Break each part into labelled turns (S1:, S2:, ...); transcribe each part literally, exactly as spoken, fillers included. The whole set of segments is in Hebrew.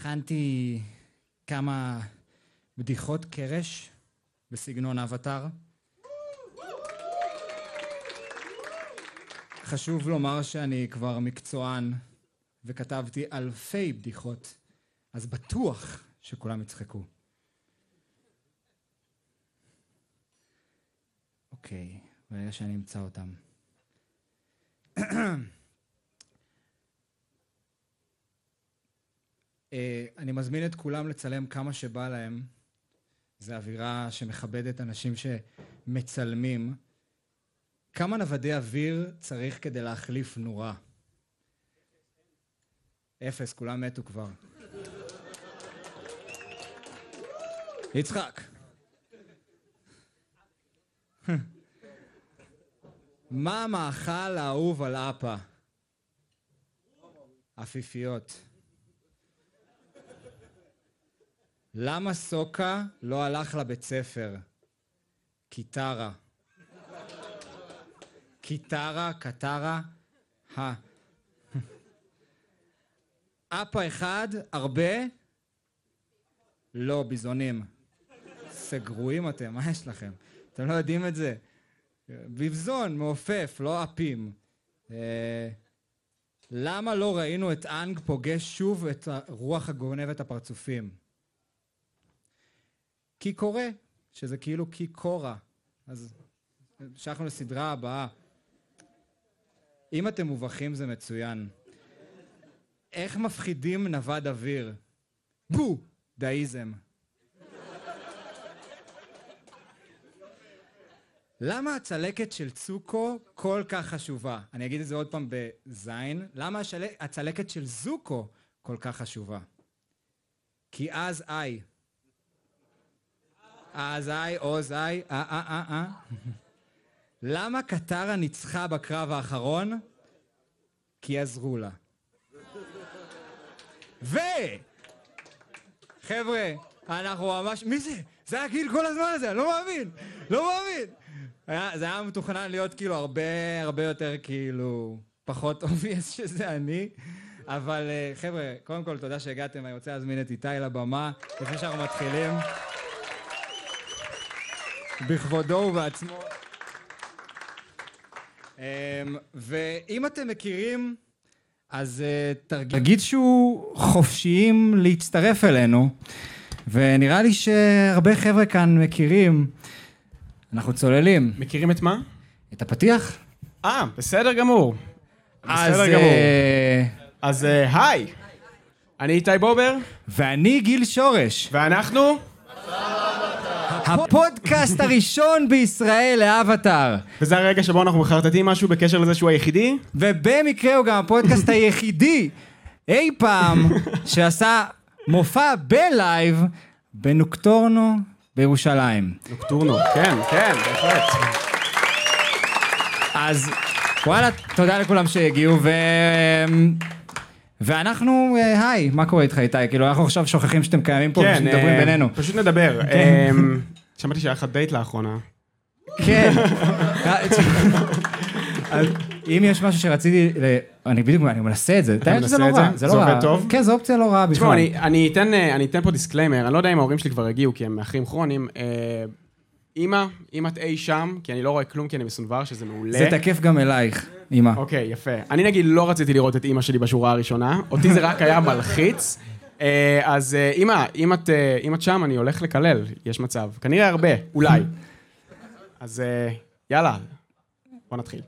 S1: הכנתי כמה בדיחות קרש בסגנון אבטר. חשוב לומר שאני כבר מקצוען וכתבתי אלפי בדיחות, אז בטוח שכולם יצחקו. אוקיי, ברגע שאני אמצא אותם. אני מזמין את כולם לצלם כמה שבא להם. זו אווירה שמכבדת אנשים שמצלמים. כמה נוודי אוויר צריך כדי להחליף נורה? אפס, כולם מתו כבר. יצחק. מה המאכל האהוב על אפה? אפיפיות. למה סוקה לא הלך לבית ספר? קיטרה. קיטרה, קטרה, ה. אפה אחד, הרבה? לא, ביזונים. סגרועים אתם, מה יש לכם? אתם לא יודעים את זה? בבזון, מעופף, לא אפים. אה, למה לא ראינו את אנג פוגש שוב את הרוח הגונבת הפרצופים? כי קורה, שזה כאילו כי קורה. אז המשכנו לסדרה הבאה. אם אתם מובכים זה מצוין. איך מפחידים נווד אוויר? בו! דאיזם. למה הצלקת של צוקו כל כך חשובה? אני אגיד את זה עוד פעם בזין. למה הצלקת של זוקו כל כך חשובה? כי אז איי. אז איי, עוז איי, אה אה אה אה. למה קטרה ניצחה בקרב האחרון? כי עזרו לה. ו... חבר'ה, אנחנו ממש... מי זה? זה היה גיל כל הזמן הזה, אני לא מאמין! לא מאמין! היה, זה היה מתוכנן להיות כאילו הרבה, הרבה יותר כאילו... פחות obvious שזה אני. אבל חבר'ה, קודם כל תודה שהגעתם, אני רוצה להזמין את איתי לבמה, לפני שאנחנו מתחילים. בכבודו ובעצמו. ואם אתם מכירים, אז תרגישו חופשיים להצטרף אלינו, ונראה לי שהרבה חבר'ה כאן מכירים. אנחנו צוללים.
S2: מכירים את מה?
S1: את הפתיח?
S2: אה, בסדר גמור. בסדר גמור. אז היי, אני איתי בובר.
S1: ואני גיל שורש.
S2: ואנחנו...
S1: הפודקאסט הראשון בישראל לאבטר.
S2: וזה הרגע שבו אנחנו מחרטטים משהו בקשר לזה שהוא היחידי.
S1: ובמקרה הוא גם הפודקאסט היחידי אי פעם שעשה מופע בלייב בנוקטורנו בירושלים.
S2: נוקטורנו, כן, כן, בהחלט.
S1: אז וואלה, תודה לכולם שהגיעו ו... ואנחנו, היי, מה קורה איתך איתי? כאילו אנחנו עכשיו שוכחים שאתם קיימים פה ושאתם מדברים בינינו.
S2: פשוט נדבר. שמעתי שהיה לך דייט לאחרונה.
S1: כן. אם יש משהו שרציתי, אני בדיוק, אני מנסה את זה.
S2: אתה מנסה את זה? זה עובד טוב?
S1: כן, זו אופציה לא רעה בכלל.
S2: תשמעו, אני אתן פה דיסקליימר, אני לא יודע אם ההורים שלי כבר הגיעו, כי הם מאחרים כרונים. אמא, אם את אי שם, כי אני לא רואה כלום, כי אני מסונבר, שזה מעולה.
S1: זה תקף גם אלייך, אמא.
S2: אוקיי, יפה. אני נגיד לא רציתי לראות את אמא שלי בשורה הראשונה, אותי זה רק היה מלחיץ. אז אמא, אם את שם, אני הולך לקלל, יש מצב. כנראה הרבה, אולי. אז יאללה, בוא נתחיל.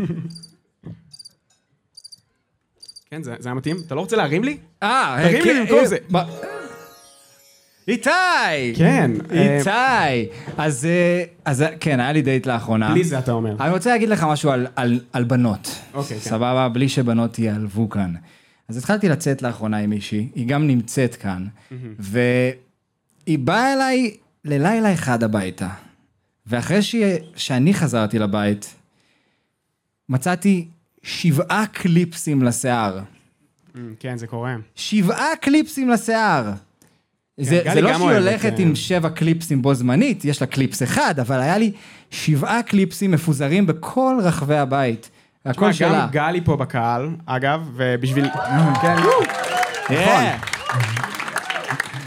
S2: כן, זה היה מתאים? אתה לא רוצה להרים לי?
S1: אה,
S2: תרים לי במקום זה.
S1: איתי!
S2: כן.
S1: איתי! אז, אז כן, היה לי דייט לאחרונה.
S2: בלי זה אתה אומר.
S1: אני רוצה להגיד לך משהו על, על, על בנות.
S2: אוקיי, כן.
S1: סבבה, בלי שבנות ייעלבו כאן. אז התחלתי לצאת לאחרונה עם מישהי, היא גם נמצאת כאן, והיא באה אליי ללילה אחד הביתה. ואחרי ש... שאני חזרתי לבית, מצאתי שבעה קליפסים לשיער.
S2: כן, זה קורה.
S1: שבעה קליפסים לשיער. זה, זה לא שהיא הולכת עם שבע קליפסים בו זמנית, יש לה קליפס אחד, אבל היה לי שבעה קליפסים מפוזרים בכל רחבי הבית. הכל שלה.
S2: גם גלי פה בקהל, אגב, ובשביל... כן. נכון.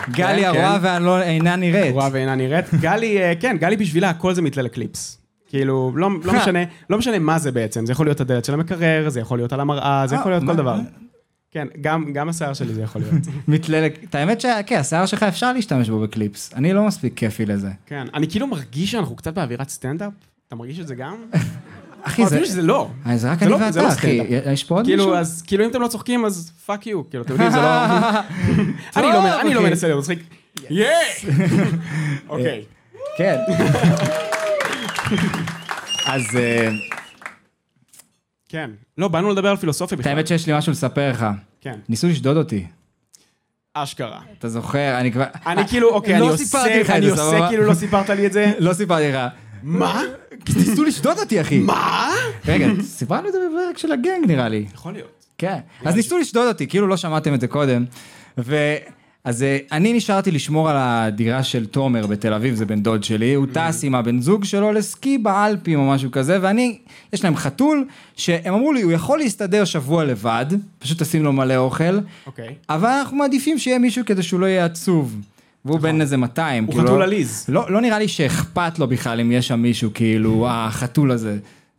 S1: גלי הרואה ואינה נראית.
S2: הרואה ואינה נראית. גלי, כן, גלי בשבילה, הכל זה מתלה לקליפס. כאילו, לא משנה, לא משנה מה זה בעצם. זה יכול להיות הדלת של המקרר, זה יכול להיות על המראה, זה יכול להיות כל דבר. כן, גם השיער שלי זה יכול להיות.
S1: מתלה, את האמת שכן, השיער שלך אפשר להשתמש בו בקליפס. אני לא מספיק כיפי לזה.
S2: כן, אני כאילו מרגיש שאנחנו קצת באווירת סטנדאפ. אתה מרגיש את זה גם?
S1: אחי, זה...
S2: שזה לא.
S1: זה רק אני ואתה, אחי. יש פה עוד מישהו?
S2: אז כאילו אם אתם לא צוחקים, אז פאק יו. כאילו, אתם יודעים, זה לא... אני לא מנסה להיות מצחיק. יאי! אוקיי.
S1: כן. אז...
S2: כן. לא, באנו לדבר על פילוסופיה בכלל.
S1: האמת שיש לי משהו לספר לך.
S2: כן.
S1: ניסו לשדוד אותי.
S2: אשכרה.
S1: אתה זוכר, אני כבר...
S2: אני כאילו, אוקיי, אני עושה, אני עושה כאילו לא סיפרת לי את זה.
S1: לא סיפרתי לך.
S2: מה?
S1: ניסו לשדוד אותי, אחי.
S2: מה?
S1: רגע, סיפרנו את זה בפרק של הגנג, נראה לי.
S2: יכול להיות.
S1: כן. אז ניסו לשדוד אותי, כאילו לא שמעתם את זה קודם. אז אני נשארתי לשמור על הדירה של תומר בתל אביב, זה בן דוד שלי, הוא טס עם הבן זוג שלו לסקי באלפים או משהו כזה, ואני, יש להם חתול, שהם אמרו לי, הוא יכול להסתדר שבוע לבד, פשוט תשים לו מלא אוכל, אבל אנחנו מעדיפים שיהיה מישהו כדי שהוא לא יהיה עצוב, והוא בן איזה מאתיים.
S2: הוא חתול עליז.
S1: לא, לא נראה לי שאכפת לו בכלל אם יש שם מישהו, כאילו, החתול הזה.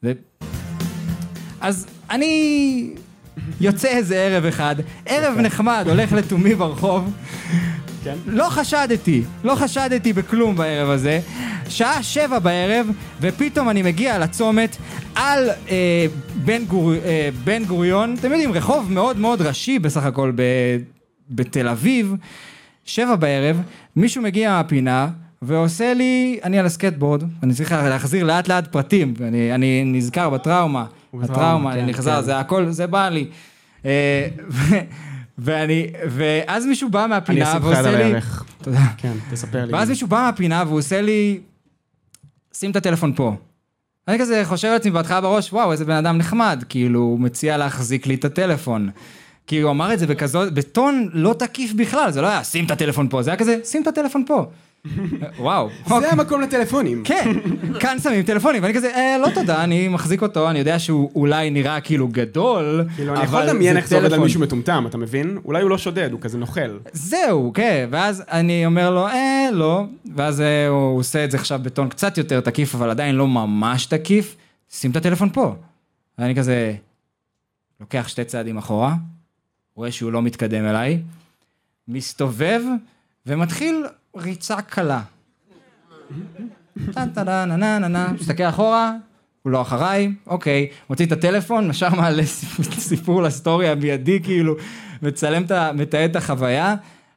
S1: אז אני... יוצא איזה ערב אחד, ערב נחמד, הולך לתומי ברחוב, לא חשדתי, לא חשדתי בכלום בערב הזה, שעה שבע בערב, ופתאום אני מגיע לצומת על אה, בן, גור, אה, בן גוריון, אתם יודעים, רחוב מאוד מאוד ראשי בסך הכל ב, בתל אביב, שבע בערב, מישהו מגיע מהפינה, ועושה לי, אני על הסקטבורד, אני צריך להחזיר לאט לאט פרטים, אני, אני נזכר בטראומה, הטראומה, אני נחזר, זה הכל, זה בא לי. ואני, ואז מישהו בא מהפינה ועושה לי... תודה.
S2: כן, תספר לי.
S1: ואז מישהו בא מהפינה והוא עושה לי... שים את הטלפון פה. אני כזה חושב לעצמי בהתחלה בראש, וואו, איזה בן אדם נחמד, כאילו, הוא מציע להחזיק לי את הטלפון. כי הוא אמר את זה בכזאת, בטון לא תקיף בכלל, זה לא היה, שים את הטלפון פה, זה היה כזה, שים את הטלפון פה. וואו.
S2: זה המקום לטלפונים.
S1: כן, כאן שמים טלפונים, ואני כזה, אה, לא תודה, אני מחזיק אותו, אני יודע שהוא אולי נראה כאילו גדול,
S2: כאילו, אני יכול לדמיין איך זה עובד על מישהו מטומטם, אתה מבין? אולי הוא לא שודד, הוא כזה נוכל.
S1: זהו, כן, ואז אני אומר לו, אה, לא, ואז הוא עושה את זה עכשיו בטון קצת יותר תקיף, אבל עדיין לא ממש תקיף, שים את הטלפון פה. ואני כזה, לוקח שתי צעדים אחורה, רואה שהוא לא מתקדם אליי, מסתובב ומתחיל ריצה קלה. מסתכל אחורה, הוא לא אחריי, אוקיי, מוציא את הטלפון, משאר מעלה סיפור לסטוריה המיידי, כאילו, מצלם, מתעד את החוויה,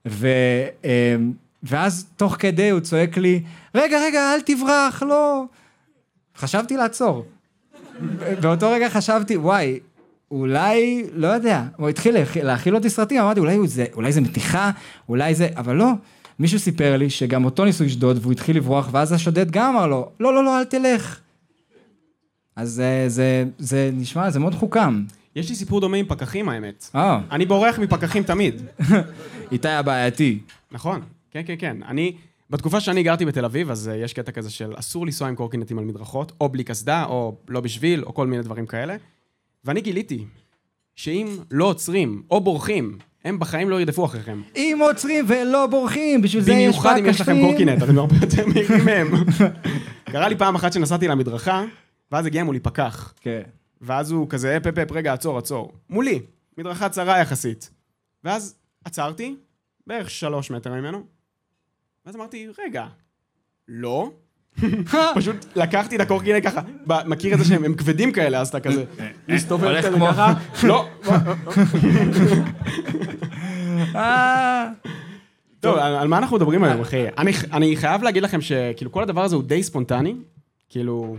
S1: ואז תוך כדי הוא צועק לי, רגע, רגע, אל תברח, לא. חשבתי לעצור. באותו רגע חשבתי, וואי, אולי, לא יודע, הוא התחיל להכיל אותי סרטים, אמרתי, אולי זה, אולי זה מתיחה, אולי זה, אבל לא. מישהו סיפר לי שגם אותו ניסו לשדוד, והוא התחיל לברוח, ואז השודד גם אמר לו, לא, לא, לא, אל תלך. אז זה, זה, זה נשמע, זה מאוד חוקם.
S2: יש לי סיפור דומה עם פקחים, האמת.
S1: אה.
S2: אני בורח מפקחים תמיד.
S1: איתי הבעייתי.
S2: נכון, כן, כן, כן. אני, בתקופה שאני גרתי בתל אביב, אז יש קטע כזה של אסור לנסוע עם קורקינטים על מדרכות, או בלי קסדה, או לא בשביל, או כל מיני דברים כאלה. ואני גיליתי שאם לא עוצרים או בורחים, הם בחיים לא ירדפו אחריכם.
S1: אם עוצרים ולא בורחים, בשביל זה יש פקחים.
S2: במיוחד אם יש לכם קורקינט, אתם הרבה יותר מהירים מהם. קרה לי פעם אחת שנסעתי למדרכה, ואז הגיע מולי פקח.
S1: כן.
S2: ואז הוא כזה, פפ, פפ, רגע, עצור, עצור. מולי, מדרכה צרה יחסית. ואז עצרתי, בערך שלוש מטר ממנו, ואז אמרתי, רגע, לא. פשוט לקחתי את הקורקינט ככה, מכיר את זה שהם כבדים כאלה, אז אתה כזה, מסתובב את זה ככה, לא. טוב, על מה אנחנו מדברים היום, אחי? אני חייב להגיד לכם שכאילו כל הדבר הזה הוא די ספונטני, כאילו...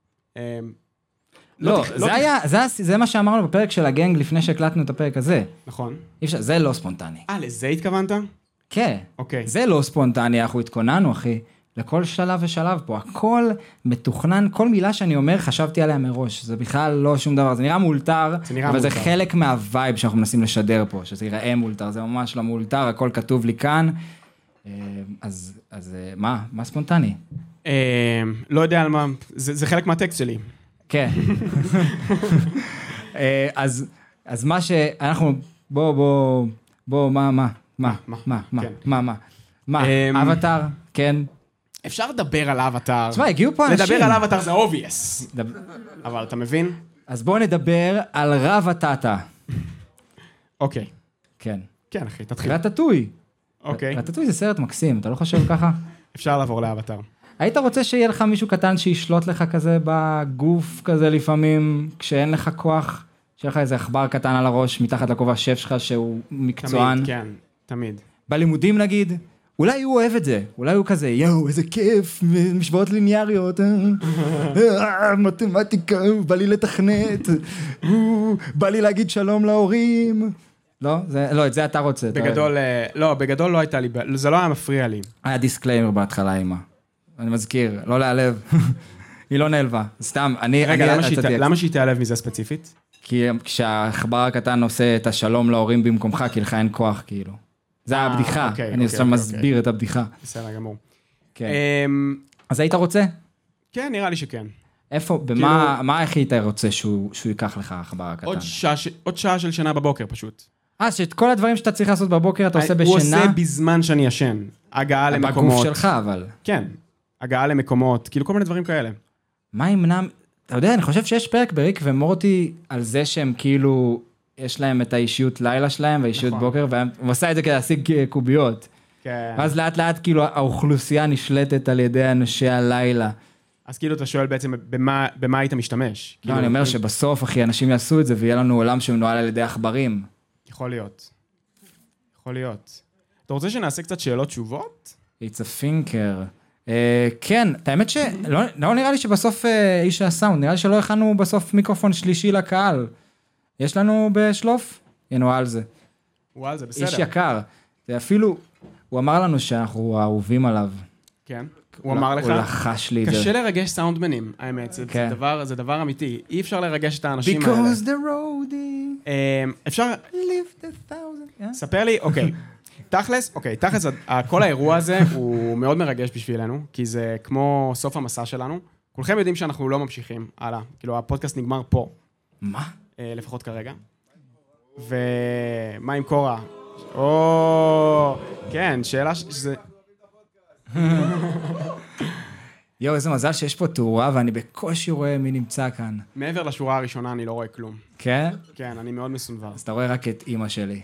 S1: לא, זה היה, זה מה שאמרנו בפרק של הגנג לפני שהקלטנו את הפרק הזה.
S2: נכון.
S1: זה לא ספונטני.
S2: אה, לזה התכוונת?
S1: כן.
S2: אוקיי.
S1: זה לא ספונטני, אנחנו התכוננו, אחי. לכל שלב ושלב פה, הכל מתוכנן, כל מילה שאני אומר, חשבתי עליה מראש, זה בכלל לא שום דבר, זה נראה מולתר, אבל זה חלק מהווייב שאנחנו מנסים לשדר פה, שזה ייראה מולתר, זה ממש לא מולתר, הכל כתוב לי כאן, אז, אז מה, מה ספונטני?
S2: לא יודע על מה, זה חלק מהטקסט שלי.
S1: כן. אז, אז מה שאנחנו, בוא, בוא, בוא, מה, מה, מה, מה, מה, מה, מה, מה, אבטר? כן.
S2: אפשר לדבר על אבטר.
S1: תשמע, הגיעו פה אנשים.
S2: לדבר על אבטר זה obvious. אבל אתה מבין?
S1: אז בואו נדבר על רב הטאטה.
S2: אוקיי.
S1: כן.
S2: כן, אחי, תתחיל.
S1: רטטוי.
S2: אוקיי.
S1: רטטוי זה סרט מקסים, אתה לא חושב ככה?
S2: אפשר לעבור לאבטר.
S1: היית רוצה שיהיה לך מישהו קטן שישלוט לך כזה בגוף כזה לפעמים, כשאין לך כוח, שיהיה לך איזה עכבר קטן על הראש, מתחת לכובע שף שלך שהוא מקצוען.
S2: תמיד, כן, תמיד.
S1: בלימודים נגיד, אולי הוא אוהב את זה, אולי הוא כזה, יואו, איזה כיף, משוואות ליניאריות, מתמטיקה, בא לי לתכנת, בא לי להגיד שלום להורים. לא, זה, לא, את זה אתה רוצה.
S2: בגדול, לא, בגדול לא הייתה לי, זה לא היה מפריע לי.
S1: היה דיסקליימר בהתחלה, אמא. אני מזכיר, לא להיעלב. היא לא נעלבה, סתם, אני...
S2: רגע, למה שהיא תיעלב מזה ספציפית?
S1: כי כשהעכבר הקטן עושה את השלום להורים במקומך, כי לך אין כוח, כאילו. זה הבדיחה, אני עכשיו מסביר את הבדיחה.
S2: בסדר, גמור.
S1: אז היית רוצה?
S2: כן, נראה לי שכן.
S1: איפה, במה, מה איך היית רוצה שהוא ייקח לך העכבר הקטן?
S2: עוד שעה של שינה בבוקר, פשוט.
S1: אה, שאת כל הדברים שאתה צריך לעשות בבוקר, אתה עושה בשינה?
S2: הוא עושה בזמן שאני ישן. הגעה למקומות.
S1: בגוף שלך, אבל.
S2: כן. הגעה למקומות, כאילו כל מיני דברים כאלה.
S1: מה ימנע, אתה יודע, אני חושב שיש פרק בריק ומורטי על זה שהם כאילו, יש להם את האישיות לילה שלהם, והאישיות נכון. בוקר, והוא עושה את זה כדי להשיג קוביות. כן. ואז לאט לאט כאילו האוכלוסייה נשלטת על ידי אנשי הלילה.
S2: אז כאילו אתה שואל בעצם, במה, במה היית משתמש?
S1: לא,
S2: כאילו,
S1: אני אומר שבסוף, אחי, אנשים יעשו את זה, ויהיה לנו עולם שמנוהל על ידי עכברים.
S2: יכול להיות. יכול להיות. אתה רוצה שנעשה קצת שאלות תשובות?
S1: It's a thinker. Uh, כן, את האמת שלא לא נראה לי שבסוף uh, איש הסאונד, נראה לי שלא הכנו בסוף מיקרופון שלישי לקהל. יש לנו בשלוף? הנה, הוא על זה.
S2: הוא על זה, בסדר.
S1: איש יקר. זה אפילו, הוא אמר לנו שאנחנו אהובים עליו.
S2: כן. הוא אמר לך?
S1: הוא לחש לי את זה.
S2: קשה לרגש סאונדמנים, האמת. זה, כן. זה, דבר, זה דבר אמיתי. אי אפשר לרגש את האנשים האלה.
S1: Because the road is...
S2: אפשר...
S1: live the thousand. Yeah.
S2: ספר לי, אוקיי. תכלס, אוקיי, תכלס, כל האירוע הזה הוא מאוד מרגש בשבילנו, כי זה כמו סוף המסע שלנו. כולכם יודעים שאנחנו לא ממשיכים, הלאה. כאילו, הפודקאסט נגמר פה.
S1: מה?
S2: לפחות כרגע. ומה עם קורה? או, כן, שאלה שזה...
S1: יואו, איזה מזל שיש פה תאורה, ואני בקושי רואה מי נמצא כאן.
S2: מעבר לשורה הראשונה אני לא רואה כלום.
S1: כן?
S2: כן, אני מאוד מסונבר.
S1: אז אתה רואה רק את אמא שלי.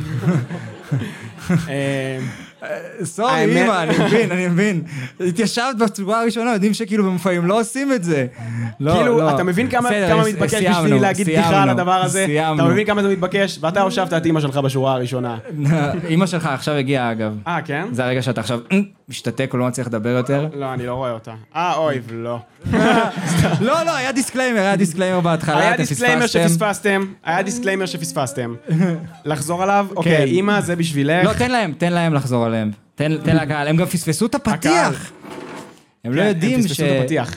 S1: סורי, אמא, אני מבין, אני מבין. התיישבת בצורה הראשונה, יודעים שכאילו במופעים לא עושים את זה.
S2: כאילו, אתה מבין כמה מתבקש בשבילי להגיד בדיחה על הדבר הזה? אתה מבין כמה זה מתבקש? ואתה הושבת את אמא שלך בשורה הראשונה.
S1: אמא שלך עכשיו הגיעה, אגב.
S2: אה, כן?
S1: זה הרגע שאתה עכשיו משתתק, הוא לא מצליח לדבר יותר.
S2: לא, אני לא רואה אותה. אה, אוי, ולא.
S1: לא, לא, היה דיסקליימר, היה דיסקליימר בהתחלה,
S2: היה דיסקליימר שפספסתם, היה דיסקליימר שפספסתם. לחזור עליו? אוקיי, אמא, זה בשבילך.
S1: לא, תן להם, תן להם לחזור עליהם. תן לקהל, הם גם פספסו את הפתיח. הם לא יודעים ש...
S2: הם פספסו את הפתיח.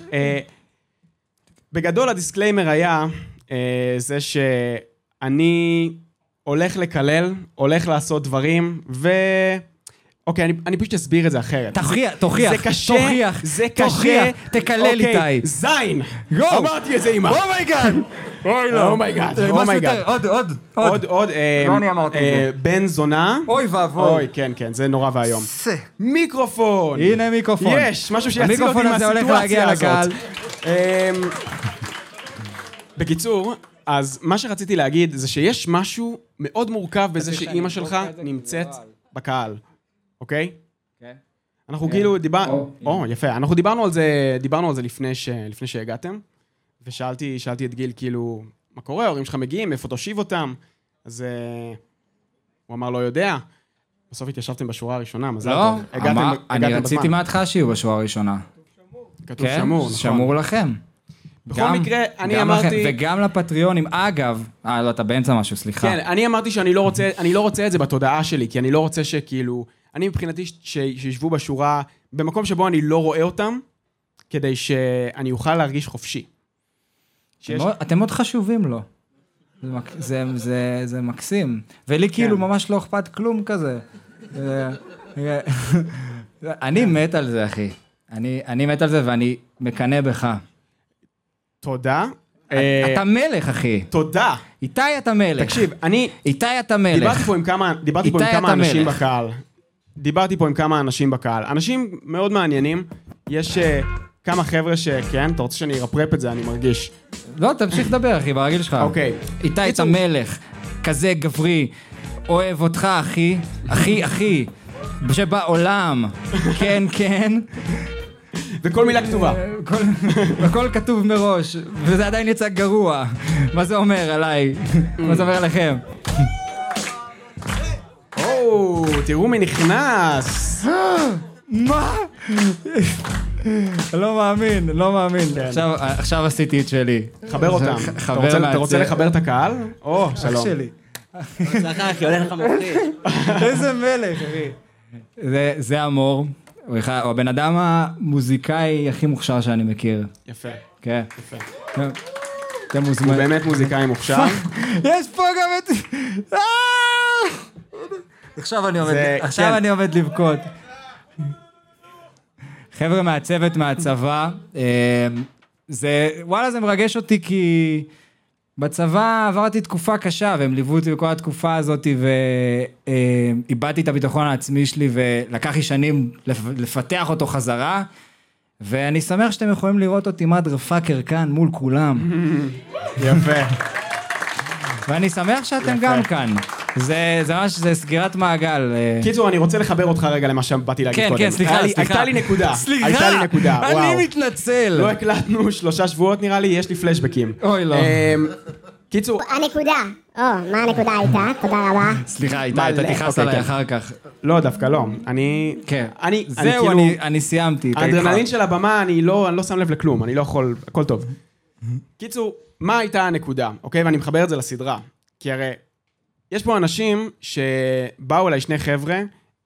S2: בגדול הדיסקליימר היה זה שאני הולך לקלל, הולך לעשות דברים, ו... אוקיי, אני, אני פשוט אסביר את זה אחרת.
S1: תוכיח, תוכיח,
S2: זה קשה,
S1: תוכיח,
S2: זה קשה.
S1: תוכיח, תקלל איתי.
S2: זין!
S1: גו!
S2: אמרתי את זה, אמא.
S1: אומייגאד!
S2: אוי לא. אומייגאד, אומייגאד.
S1: עוד, עוד,
S2: עוד, עוד.
S1: לא אני אמרתי את זה.
S2: בן זונה.
S1: אוי ואבוי.
S2: אוי, כן, כן, זה נורא והיום. מיקרופון!
S1: הנה מיקרופון.
S2: יש, משהו שיציל אותי מהסיטואציה הזאת. בקיצור, אז מה שרציתי להגיד זה שיש משהו מאוד מורכב בזה שאימא שלך נמצאת בקהל. אוקיי? כן. אנחנו כאילו דיברנו, או, יפה, אנחנו דיברנו על זה, דיברנו על זה לפני ש, לפני שהגעתם, ושאלתי, שאלתי את גיל, כאילו, מה קורה, ההורים שלך מגיעים, איפה תושיב אותם? אז הוא אמר, לא יודע. בסוף התיישבתם בשורה הראשונה, מזל טוב.
S1: לא, אני רציתי מההתחלה שיהיו בשורה הראשונה.
S2: כתוב שמור, נכון.
S1: שמור לכם.
S2: בכל מקרה, אני אמרתי...
S1: וגם לפטריונים, אגב, אה, לא, אתה באמצע משהו, סליחה.
S2: כן, אני אמרתי שאני לא רוצה, אני לא רוצה את זה בתודעה שלי, כי אני לא רוצה שכאילו, אני מבחינתי שישבו בשורה, במקום שבו אני לא רואה אותם, כדי שאני אוכל להרגיש חופשי.
S1: אתם מאוד חשובים לו. זה מקסים. ולי כאילו ממש לא אכפת כלום כזה. אני מת על זה, אחי. אני מת על זה ואני מקנא בך.
S2: תודה.
S1: אתה מלך, אחי.
S2: תודה.
S1: איתי אתה מלך.
S2: תקשיב, אני...
S1: איתי אתה מלך.
S2: דיברתי פה עם כמה, דיברתי פה עם כמה אנשים בקהל. דיברתי פה עם כמה אנשים בקהל. אנשים מאוד מעניינים. יש כמה חבר'ה שכן, אתה רוצה שאני ארפרפ את זה, אני מרגיש.
S1: לא, תמשיך לדבר, אחי, ברגיל שלך.
S2: אוקיי.
S1: איתי את המלך, כזה גברי, אוהב אותך, אחי, אחי, אחי, שבעולם, כן, כן.
S2: וכל מילה כתובה.
S1: הכל כתוב מראש, וזה עדיין יצא גרוע. מה זה אומר עליי? מה זה אומר עליכם?
S2: או, תראו מי נכנס.
S1: מה? לא מאמין, לא מאמין. עכשיו עשיתי את שלי.
S2: חבר אותם. אתה רוצה לחבר את הקהל? או, שלום.
S1: אח שלי.
S3: סליחה, אחי, הולך לך מפחיד.
S1: איזה מלך, אחי. זה אמור. הוא הבן אדם המוזיקאי הכי מוכשר שאני מכיר.
S2: יפה.
S1: כן.
S2: יפה.
S1: אתם מוזמנים.
S2: הוא באמת מוזיקאי מוכשר.
S1: יש פה גם את... עכשיו אני עומד, עכשיו אני עומד לבכות. חבר'ה מהצוות מהצבא, זה, וואלה, זה מרגש אותי כי בצבא עברתי תקופה קשה, והם ליוו אותי בכל התקופה הזאת, ואיבדתי את הביטחון העצמי שלי, ולקח לי שנים לפתח אותו חזרה, ואני שמח שאתם יכולים לראות אותי מאדר פאקר כאן מול כולם.
S2: יפה.
S1: ואני שמח שאתם גם כאן. זה, זה ממש, זה סגירת מעגל.
S2: קיצור, אני רוצה לחבר אותך רגע למה שבאתי להגיד
S1: כן,
S2: קודם.
S1: כן, סליחה, סליחה.
S2: הייתה לי נקודה.
S1: סליחה,
S2: הייתה לי נקודה, וואו.
S1: אני מתנצל.
S2: לא הקלטנו שלושה שבועות נראה לי, יש לי פלשבקים.
S1: אוי, לא.
S2: קיצור.
S4: הנקודה. או, מה הנקודה הייתה? תודה רבה.
S1: סליחה, איתי, אתה תכעס עליי אחר כך.
S2: לא, דווקא לא. אני...
S1: כן.
S2: אני,
S1: זהו, אני סיימתי.
S2: האדרנלין של הבמה, אני לא שם לב לכלום, אני לא יכול, הכל טוב. קיצור, מה הייתה הנקודה, אוקיי? ואני מחבר את זה לסדרה. כי הרי, יש פה אנשים שבאו אליי שני חבר'ה,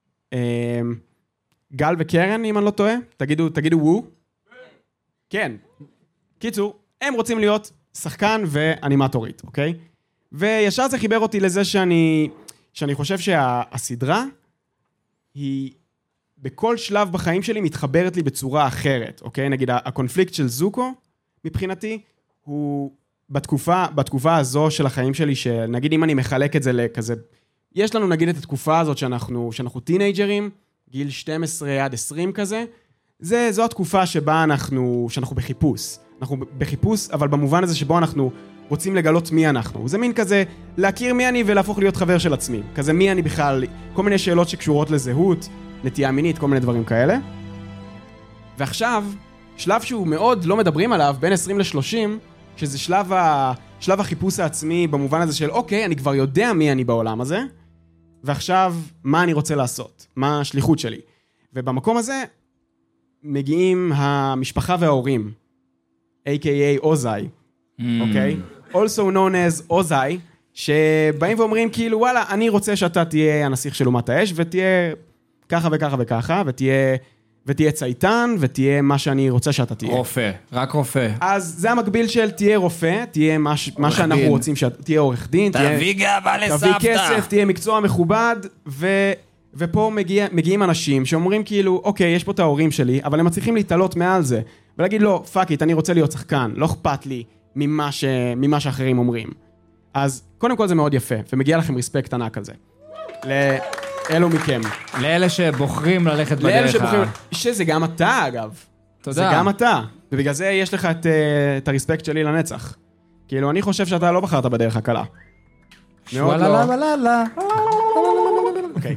S2: גל וקרן, אם אני לא טועה, תגידו, תגידו וו. כן. קיצור, הם רוצים להיות שחקן ואנימטורית, אוקיי? וישר זה חיבר אותי לזה שאני, שאני חושב שהסדרה היא בכל שלב בחיים שלי מתחברת לי בצורה אחרת, אוקיי? נגיד, הקונפליקט של זוקו, מבחינתי, הוא בתקופה, בתקופה הזו של החיים שלי, שנגיד אם אני מחלק את זה לכזה, יש לנו נגיד את התקופה הזאת שאנחנו, שאנחנו טינג'רים, גיל שתים עשרה עד עשרים כזה, זה, זו התקופה שבה אנחנו, שאנחנו בחיפוש. אנחנו בחיפוש, אבל במובן הזה שבו אנחנו רוצים לגלות מי אנחנו. זה מין כזה, להכיר מי אני ולהפוך להיות חבר של עצמי. כזה מי אני בכלל, כל מיני שאלות שקשורות לזהות, נטייה מינית, כל מיני דברים כאלה. ועכשיו, שלב שהוא מאוד לא מדברים עליו, בין עשרים לשלושים, שזה שלב, ה... שלב החיפוש העצמי במובן הזה של, אוקיי, אני כבר יודע מי אני בעולם הזה, ועכשיו, מה אני רוצה לעשות? מה השליחות שלי? ובמקום הזה, מגיעים המשפחה וההורים, איי קיי איי אוזאי, אוקיי? Also known as אוזאי, שבאים ואומרים כאילו, וואלה, אני רוצה שאתה תהיה הנסיך של אומת האש, ותהיה ככה וככה וככה, ותהיה, ותהיה צייתן, ותהיה מה שאני רוצה שאתה תהיה.
S1: רופא, רק רופא.
S2: אז זה המקביל של תהיה רופא, תהיה מה, מה שאנחנו דין. רוצים, שתהיה עורך דין,
S1: תביא גאווה לסבתא.
S2: תביא כסף, תהיה מקצוע מכובד, ו... ופה מגיע, מגיעים אנשים שאומרים כאילו, אוקיי, יש פה את ההורים שלי, אבל הם מצליחים להתעלות מעל זה, ולהגיד לו, פאק איט, אני רוצה להיות שחקן, לא אכפת לי ממה, ש... ממה שאחרים אומרים. אז קודם כל זה מאוד יפה, ומגיע לכם ריספקט ענק על זה. לאלו מכם.
S1: לאלה שבוחרים ללכת בדרך.
S2: לאלה שבוחרים, שזה גם אתה אגב. תודה. זה גם אתה, ובגלל זה יש לך את, את הריספקט שלי לנצח. כאילו, אני חושב שאתה לא בחרת בדרך הקלה. מאוד לא. אוקיי.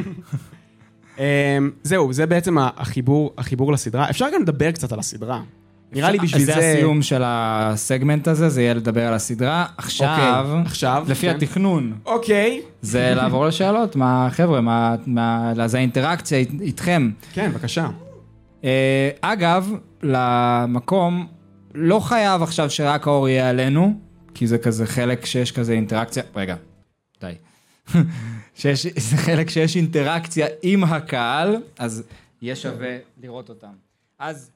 S2: זהו, זה בעצם החיבור, החיבור לסדרה. אפשר גם לדבר קצת על הסדרה. נראה לי בשביל זה...
S1: זה הסיום של הסגמנט הזה, זה יהיה לדבר על הסדרה. עכשיו,
S2: עכשיו,
S1: לפי התכנון.
S2: אוקיי.
S1: זה לעבור לשאלות, מה, חבר'ה, מה, זה האינטראקציה איתכם.
S2: כן, בבקשה.
S1: אגב, למקום, לא חייב עכשיו שרק האור יהיה עלינו, כי זה כזה חלק שיש כזה אינטראקציה. רגע, די. שיש, זה חלק שיש אינטראקציה עם הקהל, אז יהיה שווה לראות אותם. אז,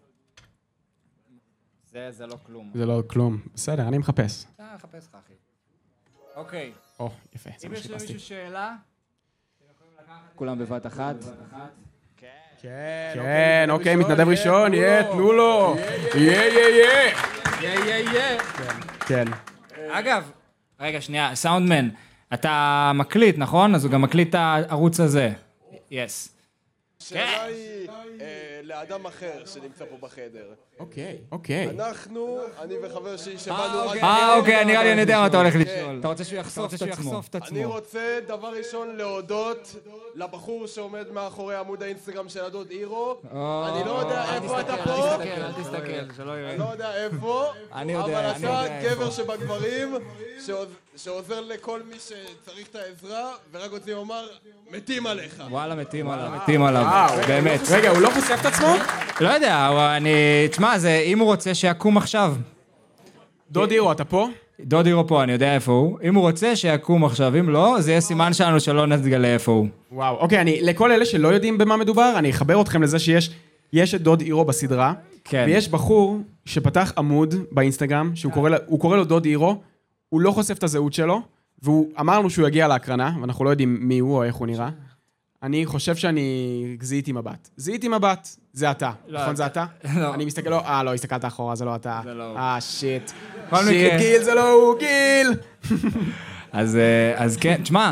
S1: זה, זה לא כלום.
S2: זה לא כלום. בסדר, אני מחפש.
S1: אה, מחפש לך, אחי. אוקיי.
S2: או, יפה.
S1: אם יש למישהו שאלה, כולם בבת אחת.
S2: כן, אוקיי, מתנדב ראשון, יהיה, תנו לו. יהיה, יהיה, יהיה.
S1: יהיה, יהיה, יהיה.
S2: כן.
S1: אגב, רגע, שנייה, סאונדמן. אתה מקליט, נכון? אז הוא גם מקליט את הערוץ הזה. Yes.
S5: שאלה היא לאדם אחר שנמצא פה בחדר.
S2: אוקיי, אוקיי.
S5: אנחנו, אני וחבר שלי שבאנו...
S1: אה, אוקיי, נראה לי אני יודע מה אתה הולך לשאול. אתה רוצה שהוא יחשוף את עצמו.
S5: אני רוצה דבר ראשון להודות לבחור שעומד מאחורי עמוד האינסטגרם של הדוד אירו. אני לא יודע איפה אתה פה.
S1: אל תסתכל, אל תסתכל, שלא יראה.
S5: אני לא יודע איפה.
S1: אני יודע, אני יודע
S5: אבל אתה גבר שבגברים, שעוזר לכל מי שצריך את העזרה, ורק רוצים לומר, מתים עליך.
S1: וואלה, מתים עליו, מתים עליו, באמת.
S2: רגע, הוא לא חושף את עצמו?
S1: לא יודע, אני... תשמע, אם הוא רוצה שיקום עכשיו.
S2: דוד אירו, אתה פה?
S1: דוד אירו פה, אני יודע איפה הוא. אם הוא רוצה שיקום עכשיו, אם לא, זה יהיה סימן שלנו שלא נתגלה איפה הוא.
S2: וואו, אוקיי, אני, לכל אלה שלא יודעים במה מדובר, אני אחבר אתכם לזה שיש יש את דוד אירו בסדרה,
S1: כן.
S2: ויש בחור שפתח עמוד באינסטגרם, שהוא קורא, הוא קורא לו דוד אירו, הוא לא חושף את הזהות שלו, והוא אמר לנו שהוא יגיע להקרנה, ואנחנו לא יודעים מי הוא או איך הוא נראה. אני חושב שאני זיהיתי מבט. זיהיתי מבט, זה אתה. נכון, זה אתה?
S1: לא.
S2: אני מסתכל, לא, אה, לא, הסתכלת אחורה, זה לא אתה.
S1: זה לא הוא.
S2: אה, שיט.
S1: כל
S2: שיט,
S1: מקרה.
S2: גיל, זה לא הוא, גיל!
S1: אז, אז כן, תשמע,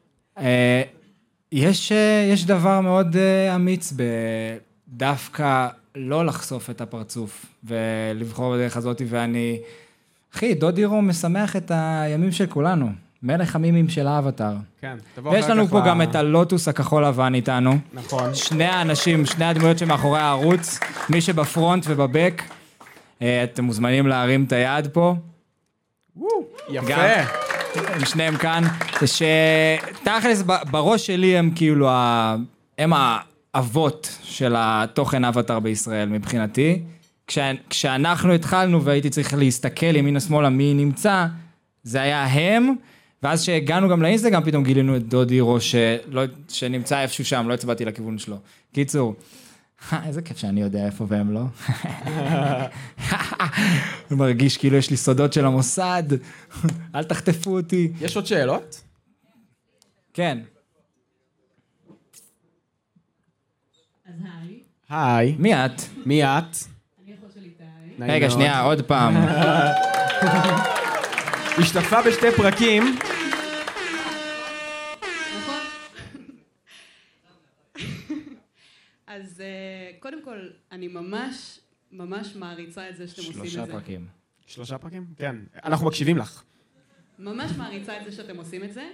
S1: יש, יש דבר מאוד אמיץ בדווקא לא לחשוף את הפרצוף ולבחור בדרך הזאת, ואני, אחי, דוד אירו משמח את הימים של כולנו, מלך המימים של האבטר.
S2: כן, תבוא
S1: ויש לנו פה גם את הלוטוס הכחול לבן איתנו.
S2: נכון.
S1: שני האנשים, שני הדמויות שמאחורי הערוץ, מי שבפרונט ובבק, אתם מוזמנים להרים את היד פה.
S2: יפה.
S1: הם שניהם כאן, שתכלס בראש שלי הם כאילו, הם האבות של התוכן אבטר בישראל מבחינתי. כשאנחנו התחלנו והייתי צריך להסתכל ימין השמאלה מי נמצא, זה היה הם, ואז שהגענו גם לאינסטגרם פתאום גילינו את דוד אירו שנמצא איפשהו שם, לא הצבעתי לכיוון שלו. קיצור, איזה כיף שאני יודע איפה והם לא. אני מרגיש כאילו יש לי סודות של המוסד, אל תחטפו אותי.
S2: יש עוד שאלות?
S1: כן.
S6: אז היי.
S2: היי.
S1: מי את?
S2: מי את?
S6: אני אחות של איתי.
S1: רגע, שנייה, עוד פעם.
S2: השתתפה בשתי פרקים.
S6: נכון? אז קודם כל, אני ממש, ממש מעריצה את זה שאתם עושים את זה.
S1: שלושה פרקים.
S2: שלושה פרקים? כן. אנחנו מקשיבים לך.
S6: ממש מעריצה את זה שאתם עושים את זה.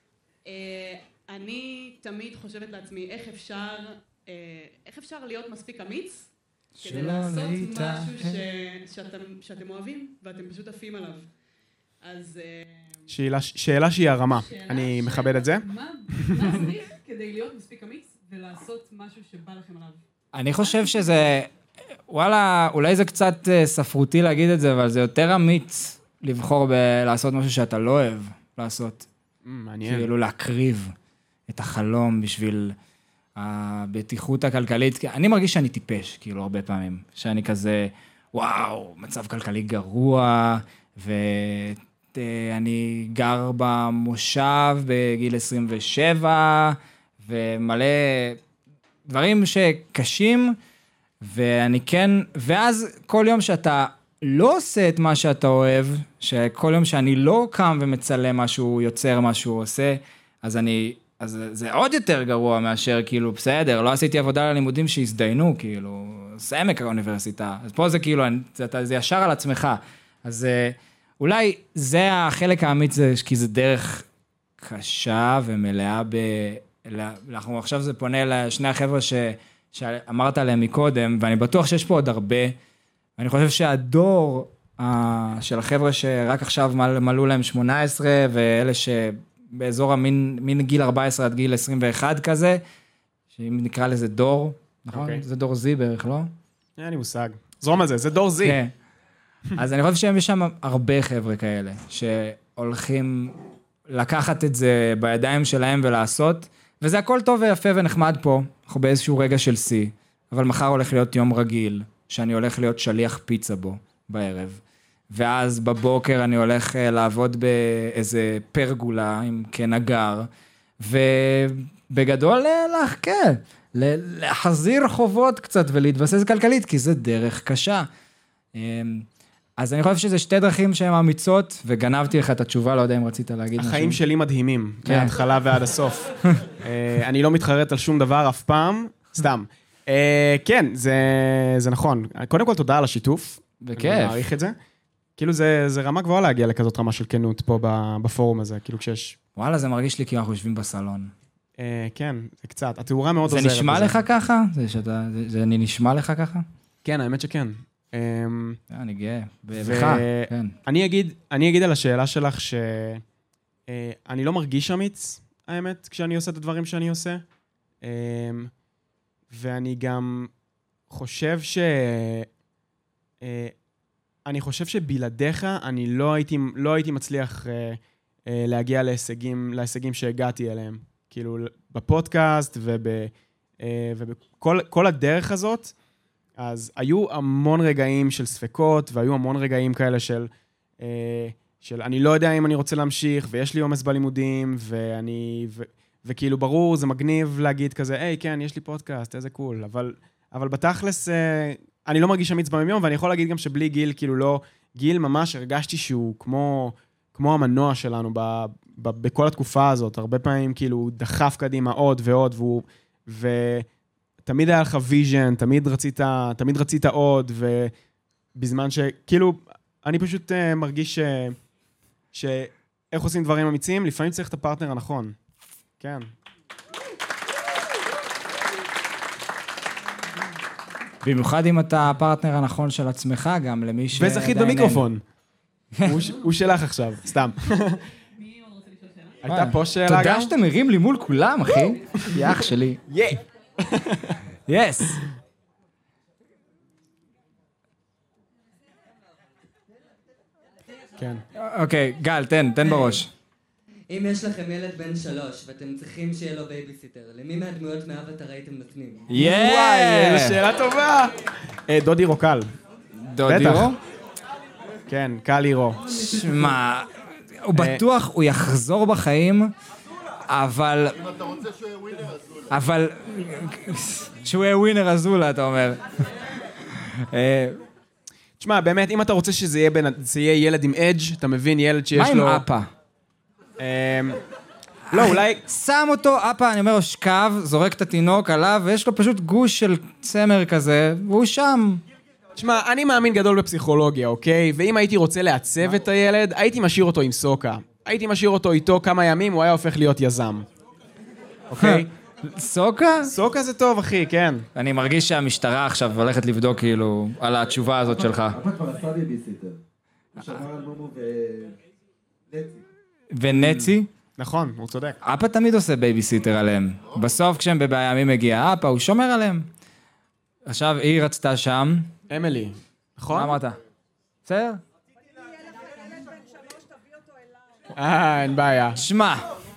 S6: אני תמיד חושבת לעצמי איך אפשר, איך אפשר להיות מספיק אמיץ כדי לעשות משהו שאתם אוהבים ואתם פשוט עפים עליו. אז...
S2: שאלה שהיא הרמה, אני מכבד את זה.
S6: מה צריך כדי להיות מספיק אמיץ ולעשות משהו שבא לכם עליו?
S1: אני חושב שזה, וואלה, אולי זה קצת ספרותי להגיד את זה, אבל זה יותר אמיץ לבחור בלעשות משהו שאתה לא אוהב לעשות.
S2: מעניין.
S1: כאילו להקריב את החלום בשביל הבטיחות הכלכלית. אני מרגיש שאני טיפש, כאילו, הרבה פעמים. שאני כזה, וואו, מצב כלכלי גרוע, ואני גר במושב בגיל עשרים ושבע, ומלא דברים שקשים, ואני כן, ואז כל יום שאתה לא עושה את מה שאתה אוהב, שכל יום שאני לא קם ומצלם משהו, יוצר משהו, עושה, אז אני, אז זה עוד יותר גרוע מאשר, כאילו, בסדר, לא עשיתי עבודה ללימודים שהזדיינו, כאילו, סעמק האוניברסיטה, אז פה זה כאילו, זה, זה ישר על עצמך, אז אולי זה החלק האמיץ, כי זה דרך קשה ומלאה ב... אנחנו עכשיו זה פונה לשני החבר'ה ש, שאמרת עליהם מקודם, ואני בטוח שיש פה עוד הרבה, ואני חושב שהדור uh, של החבר'ה שרק עכשיו מל, מלאו להם שמונה עשרה, ואלה שבאזור המין מין גיל ארבע עשרה עד גיל עשרים ואחת כזה, שאם נקרא לזה דור, נכון? Okay. זה דור זי בערך, לא?
S2: אין לי מושג. זרום על זה, זה דור זי.
S1: כן. אז אני חושב שהם שם הרבה חבר'ה כאלה, שהולכים לקחת את זה בידיים שלהם ולעשות, וזה הכל טוב ויפה ונחמד פה, אנחנו באיזשהו רגע של שיא, אבל מחר הולך להיות יום רגיל, שאני הולך להיות שליח פיצה בו בערב, ואז בבוקר אני הולך לעבוד באיזה פרגולה עם כנגר, ובגדול להחכה, להחזיר חובות קצת ולהתבסס כלכלית, כי זה דרך קשה. אז אני חושב שזה שתי דרכים שהן אמיצות, וגנבתי לך את התשובה, לא יודע אם רצית להגיד משהו.
S2: החיים שלי מדהימים, מההתחלה ועד הסוף. אני לא מתחרט על שום דבר אף פעם, סתם. כן, זה נכון. קודם כל, תודה על השיתוף.
S1: בכיף.
S2: אני מעריך את זה. כאילו, זה רמה גבוהה להגיע לכזאת רמה של כנות פה בפורום הזה, כאילו כשיש...
S1: וואלה, זה מרגיש לי כאילו אנחנו יושבים בסלון.
S2: כן, זה קצת. התאורה מאוד עוזרת.
S1: זה נשמע לך ככה? זה נשמע לך ככה?
S2: כן, האמת שכן.
S1: אני גאה. בך, כן.
S2: אני אגיד על השאלה שלך שאני לא מרגיש אמיץ, האמת, כשאני עושה את הדברים שאני עושה. ואני גם חושב ש... אני חושב שבלעדיך אני לא הייתי, לא הייתי מצליח להגיע להישגים, להישגים שהגעתי אליהם. כאילו, בפודקאסט וב, ובכל כל הדרך הזאת, אז היו המון רגעים של ספקות, והיו המון רגעים כאלה של, של אני לא יודע אם אני רוצה להמשיך, ויש לי עומס בלימודים, ואני, ו, וכאילו ברור, זה מגניב להגיד כזה, היי, כן, יש לי פודקאסט, איזה קול, אבל, אבל בתכלס, אני לא מרגיש אמיץ ביום, ואני יכול להגיד גם שבלי גיל, כאילו לא, גיל ממש הרגשתי שהוא כמו, כמו המנוע שלנו ב, ב, בכל התקופה הזאת, הרבה פעמים כאילו דחף קדימה עוד ועוד, והוא, ותמיד היה לך ויז'ן, תמיד רצית, תמיד רצית עוד, ובזמן שכאילו, אני פשוט uh, מרגיש ש, שאיך עושים דברים אמיצים, לפעמים צריך את הפרטנר הנכון. כן.
S1: במיוחד אם אתה הפרטנר הנכון של עצמך, גם למי ש...
S2: וזכית במיקרופון. הוא שלך עכשיו, סתם.
S6: מי עוד רוצה לשאול שאלה?
S2: הייתה פה שאלה גם?
S1: תודה שאתם מרים לי מול כולם, אחי. יא אח שלי.
S2: יא!
S1: יס.
S2: כן.
S1: אוקיי, גל, תן, תן בראש.
S3: אם יש לכם ילד בן שלוש, ואתם צריכים שיהיה לו בייביסיטר, למי מהדמויות מאבטר הייתם נותנים?
S1: יאיי!
S2: וואי, שאלה טובה. דודי רו קל.
S1: דודי רו?
S2: כן, קל הירו.
S1: שמע, הוא בטוח, הוא יחזור בחיים, אבל...
S5: אם אתה רוצה שהוא יהיה ווינר, אזולה.
S1: אבל... שהוא יהיה ווינר אזולה, אתה אומר.
S2: תשמע, באמת, אם אתה רוצה שזה יהיה, בין, זה יהיה ילד עם אדג', אתה מבין, ילד שיש לו...
S1: מה עם אפה?
S2: לא, אולי...
S1: שם אותו, אפה, אני אומר, שקב, זורק את התינוק עליו, ויש לו פשוט גוש של צמר כזה, והוא שם.
S2: תשמע, אני מאמין גדול בפסיכולוגיה, אוקיי? ואם הייתי רוצה לעצב את הילד, הייתי משאיר אותו עם סוקה. הייתי משאיר אותו איתו כמה ימים, הוא היה הופך להיות יזם. אוקיי?
S1: סוקה?
S2: סוקה זה טוב, אחי, כן.
S1: אני מרגיש שהמשטרה עכשיו הולכת לבדוק כאילו על התשובה הזאת שלך.
S7: אבא כבר עשה בייביסיטר. הוא שמר על מומו ונצי.
S1: ונצי?
S2: נכון, הוא צודק.
S1: אפה תמיד עושה בייביסיטר עליהם. בסוף כשהם בבעיה מי מגיע, אפה, הוא שומר עליהם. עכשיו היא רצתה שם.
S2: אמילי, נכון?
S1: מה אמרת? בסדר?
S2: אה, אין בעיה.
S1: שמע.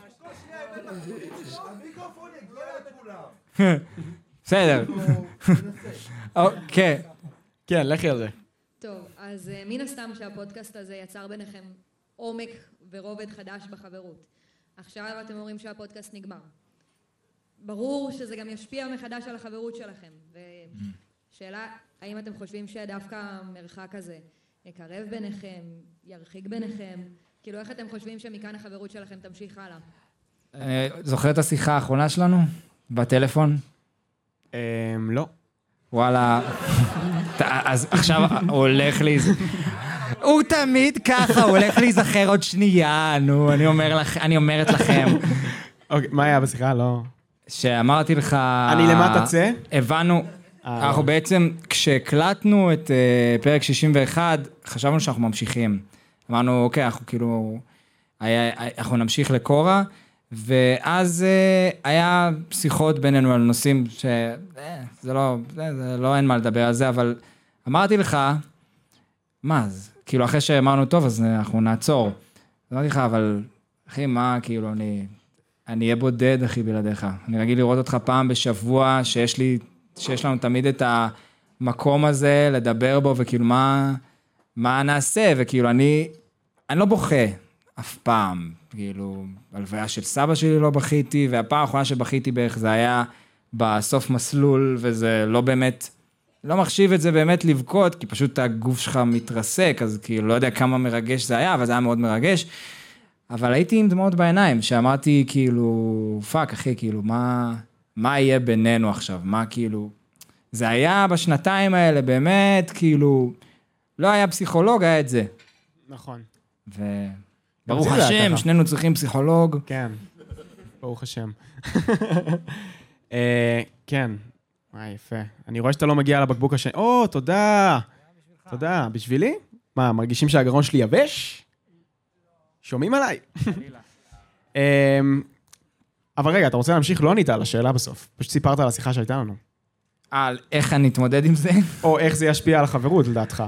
S1: בסדר. אוקיי.
S2: כן, לכי על זה.
S8: טוב, אז מן הסתם שהפודקאסט הזה יצר ביניכם עומק ורובד חדש בחברות. עכשיו אתם אומרים שהפודקאסט נגמר. ברור שזה גם ישפיע מחדש על החברות שלכם. ושאלה, האם אתם חושבים שדווקא המרחק הזה יקרב ביניכם, ירחיק ביניכם? כאילו, איך אתם חושבים שמכאן החברות שלכם תמשיך הלאה?
S1: זוכר את השיחה האחרונה שלנו? בטלפון?
S2: לא.
S1: וואלה. אז עכשיו הוא הולך לי... הוא תמיד ככה, הוא הולך להיזכר עוד שנייה, נו, אני אומר לך, אני אומרת לכם.
S2: אוקיי, מה היה בשיחה? לא.
S1: שאמרתי לך...
S2: אני למטה צא?
S1: הבנו, אנחנו בעצם, כשהקלטנו את פרק שישים ואחת, חשבנו שאנחנו ממשיכים. אמרנו, אוקיי, אנחנו כאילו, אנחנו נמשיך לקורה, ואז היה שיחות בינינו על נושאים שזה לא, זה לא אין מה לדבר על זה, אבל אמרתי לך, מה זה? כאילו, אחרי שאמרנו טוב, אז אנחנו נעצור. אמרתי לך, אבל, אחי, מה, כאילו, אני, אני אהיה בודד, אחי, בלעדיך. אני רגיל לראות אותך פעם בשבוע, שיש לי, שיש לנו תמיד את המקום הזה, לדבר בו, וכאילו, מה, מה נעשה? וכאילו, אני, אני לא בוכה אף פעם. כאילו, הלוויה של סבא שלי לא בכיתי, והפעם האחרונה שבכיתי בערך, זה היה בסוף מסלול, וזה לא באמת... לא מחשיב את זה באמת לבכות, כי פשוט הגוף שלך מתרסק, אז כאילו לא יודע כמה מרגש זה היה, אבל זה היה מאוד מרגש. אבל הייתי עם דמעות בעיניים, שאמרתי כאילו, פאק אחי, כאילו, מה, מה יהיה בינינו עכשיו, מה כאילו, זה היה בשנתיים האלה, באמת, כאילו, לא היה פסיכולוג, היה את זה.
S2: נכון.
S1: וברוך השם, שנינו צריכים פסיכולוג.
S2: כן, ברוך השם. כן, וואי, יפה. אני רואה שאתה לא מגיע לבקבוק השני. או, תודה. תודה. בשבילי? מה, מרגישים שהגרון שלי יבש? שומעים עליי? אבל רגע, אתה רוצה להמשיך? לא ענית על השאלה בסוף. פשוט סיפרת על השיחה שהייתה לנו.
S1: על איך אני אתמודד עם זה?
S2: או איך זה ישפיע על החברות, לדעתך.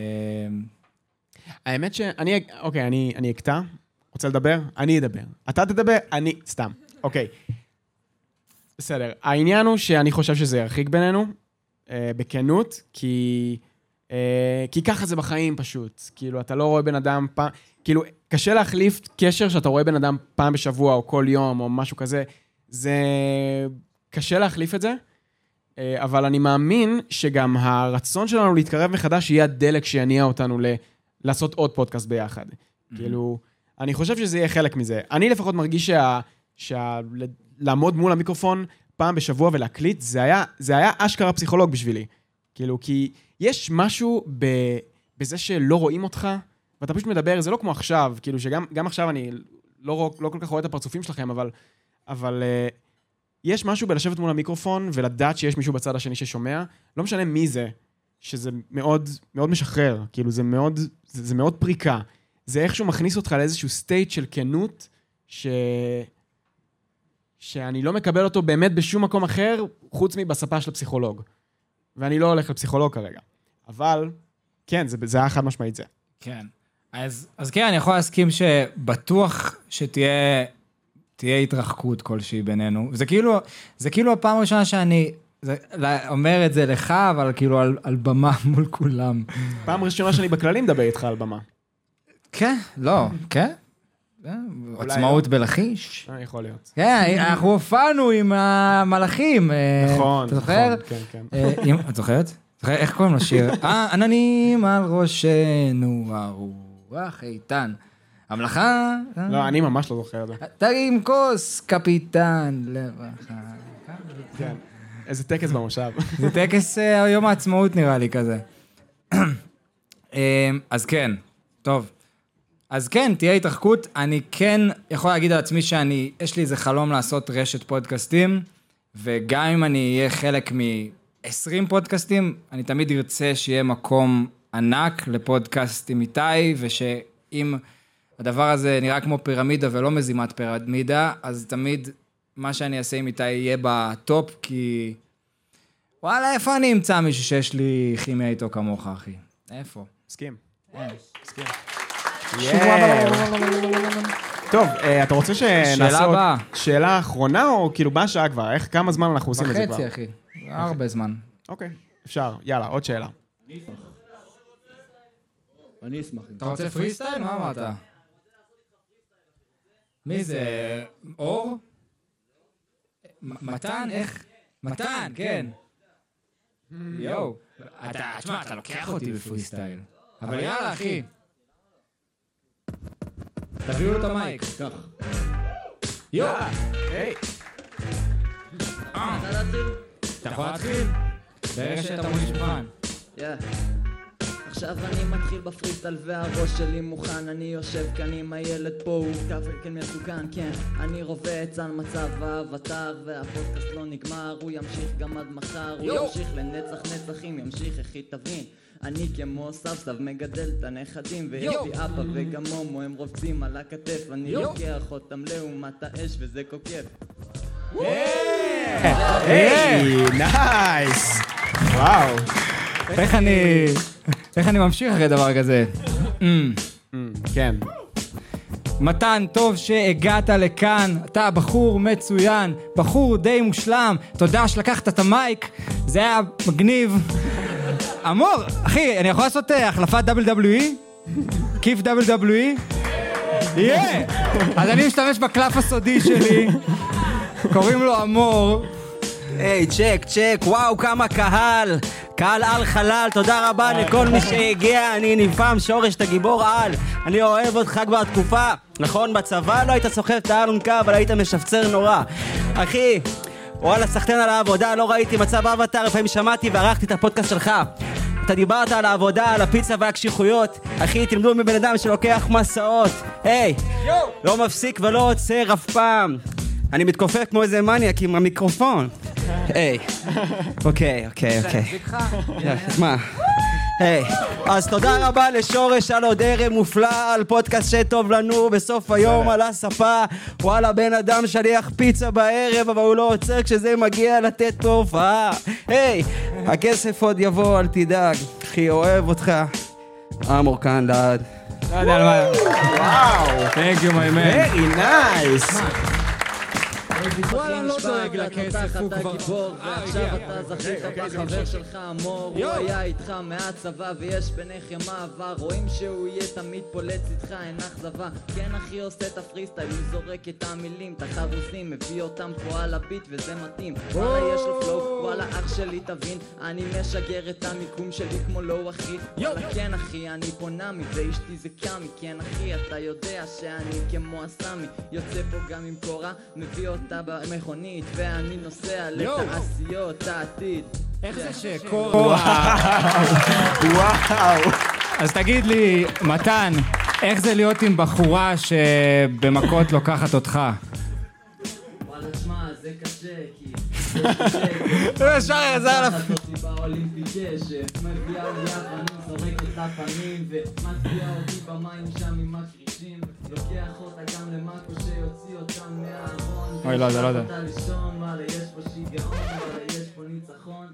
S2: האמת שאני, אוקיי, אני, אני אקטע. רוצה לדבר? אני אדבר. אתה תדבר? אני, סתם. אוקיי. בסדר. העניין הוא שאני חושב שזה ירחיק בינינו, אה, בכנות, כי, אה, כי ככה זה בחיים פשוט. כאילו, אתה לא רואה בן אדם פעם, כאילו, קשה להחליף קשר שאתה רואה בן אדם פעם בשבוע, או כל יום, או משהו כזה. זה קשה להחליף את זה, אה, אבל אני מאמין שגם הרצון שלנו להתקרב מחדש יהיה הדלק שיניע אותנו ל... לעשות עוד פודקאסט ביחד. Mm-hmm. כאילו, אני חושב שזה יהיה חלק מזה. אני לפחות מרגיש שה... שה... לעמוד מול המיקרופון פעם בשבוע ולהקליט, זה היה, זה היה אשכרה פסיכולוג בשבילי. כאילו, כי יש משהו ב... בזה שלא רואים אותך, ואתה פשוט מדבר, זה לא כמו עכשיו, כאילו שגם גם עכשיו אני לא, לא כל כך רואה את הפרצופים שלכם, אבל, אבל uh, יש משהו בלשבת מול המיקרופון ולדעת שיש מישהו בצד השני ששומע, לא משנה מי זה, שזה מאוד, מאוד משחרר, כאילו זה מאוד, זה, זה מאוד פריקה. זה איכשהו מכניס אותך לאיזשהו סטייט של כנות, ש... שאני לא מקבל אותו באמת בשום מקום אחר, חוץ מבספה של הפסיכולוג. ואני לא הולך לפסיכולוג כרגע. אבל, כן, זה, זה היה חד משמעית זה.
S1: כן. אז, אז כן, אני יכול להסכים שבטוח שתהיה תהיה התרחקות כלשהי בינינו. זה כאילו, זה כאילו הפעם הראשונה שאני זה, אומר את זה לך, אבל כאילו על, על במה מול כולם.
S2: פעם ראשונה שאני בכללי מדבר איתך על במה.
S1: כן, לא, כן. עצמאות בלחיש.
S2: יכול להיות.
S1: כן, אנחנו הופענו עם המלאכים.
S2: נכון,
S1: אתה זוכר?
S2: כן, כן.
S1: את זוכרת? זוכרת? איך קוראים לשיר? עננים על ראשנו, הרוח איתן. המלאכה?
S2: לא, אני ממש לא זוכר את זה.
S1: תרים כוס, קפיטן, לברכה.
S2: כן. איזה טקס במושב.
S1: זה טקס יום העצמאות נראה לי כזה. אז כן, טוב. אז כן, תהיה התרחקות. אני כן יכול להגיד על עצמי שאני, יש לי איזה חלום לעשות רשת פודקאסטים, וגם אם אני אהיה חלק מ-עשרים פודקאסטים, אני תמיד ארצה שיהיה מקום ענק לפודקאסט עם איתי, ושאם הדבר הזה נראה כמו פירמידה ולא מזימת פירמידה, אז תמיד מה שאני אעשה עם איתי יהיה בטופ, כי וואלה, איפה אני אמצא מישהו שיש לי כימיה איתו כמוך, אחי? איפה?
S2: מסכים. מסכים. טוב, אתה רוצה שנעשה עוד שאלה אחרונה, או כאילו באה שעה כבר? איך, כמה זמן אנחנו עושים את זה כבר?
S1: בחצי, אחי. הרבה זמן.
S2: אוקיי, אפשר. יאללה, עוד שאלה.
S7: אני אשמח.
S1: אתה רוצה פרי סטייל? מה אמרת? מי זה? אור? מתן? איך? מתן, כן. יואו. אתה, תשמע, אתה לוקח אותי בפרי סטייל. אבל יאללה, אחי. תביאו לו את המייק.
S7: כך.
S1: יואו.
S2: היי.
S1: אתה יכול להתחיל? ברגע שאתה מוליש מוכן.
S3: עכשיו אני מתחיל בפריסטייל והראש שלי מוכן, אני יושב כאן עם הילד פה, הוא כזה כן מסוכן, כן אני רובץ על מצב האבטר והפודקאסט לא נגמר, הוא ימשיך גם עד מחר, הוא ימשיך לנצח נצחים, ימשיך איך היא תבין, אני כמו סבסב מגדל את הנכדים, ויש לי אבא וגם מומו הם רובצים על הכתף, אני לוקח אותם לעומת האש וזה קוקף.
S2: היי, נייס. וואו.
S1: איך אני... איך אני ממשיך אחרי דבר כזה?
S2: כן.
S1: מתן, טוב שהגעת לכאן, אתה בחור מצוין, בחור די מושלם, תודה שלקחת את המייק, זה היה מגניב. אמור, אחי, אני יכול לעשות החלפת דאבליו דאבליו אי? כיף דאבליו דאבליו אי? יהיה! אז אני משתמש בקלף הסודי שלי, קוראים לו אמור.
S9: היי, צ'ק, צ'ק, וואו, כמה קהל. קהל על חלל, תודה רבה לכל מי שהגיע, אני נפעם שורש, אתה גיבור על, אני אוהב אותך כבר תקופה, נכון בצבא לא היית סוחב את האלונקה, אבל היית משפצר נורא, אחי, וואלה, סחטן על העבודה, לא ראיתי מצב אבטר, לפעמים שמעתי וערכתי את הפודקאסט שלך. אתה דיברת על העבודה, על הפיצה והקשיחויות. אחי, תלמדו מבן אדם שלוקח מסעות. היי, לא מפסיק ולא עוצר אף פעם. אני מתכופף כמו איזה מניאק עם המיקרופון. היי, אוקיי, אוקיי, אוקיי. מה? היי, אז תודה רבה לשורש על עוד ערב מופלא, על פודקאסט שטוב לנו בסוף היום על הספה. וואלה, בן אדם שליח פיצה בערב, אבל הוא לא עוצר כשזה מגיע לתת פה הופעה. היי, הכסף עוד יבוא, אל תדאג. אחי, אוהב אותך. אמור כאן לעד.
S2: לא יודע על מה. וואו.
S1: Thank you, my man.
S2: Very nice.
S3: וואלה, לא דואג לכסף, הוא כבר... ועכשיו אתה זכית בחבר שלך אמור, הוא היה איתך מהצבא ויש ביניכם מעבר, רואים שהוא יהיה תמיד פולץ איתך, אין אכזבה. כן אחי עושה את הפריסטייל, הוא זורק את המילים, את החרוזים, מביא אותם פה על הביט וזה מתאים. וואלה יש לו פלואו, וואלה אח שלי תבין, אני משגר את המיקום שלי כמו לא אחי. וואלה כן אחי, אני פונמי ואשתי זה קמי, כן אחי אתה יודע שאני כמו הסמי, יוצא פה גם עם קורה, מביא אותה במכונית ואני נוסע לתעשיות העתיד.
S1: איך זה שקורה? וואו. אז תגיד לי, מתן, איך זה להיות עם בחורה שבמכות לוקחת אותך?
S3: וואלה, שמע, זה קשה, כי...
S1: זה ישר, זה על הפ...
S3: אותי באולימפיק גשם, מביאה לי אבנים, זורקת לפנים, ומצביעה אותי במים שם עם הקרישים, לוקח אותה גם למאקו שיוציא אותם מהארון,
S1: אוי, לא, זה לא יודע.
S3: ושם אותה לישון, וואלה, יש פה שיגעון, וואלה, יש פה ניצחון.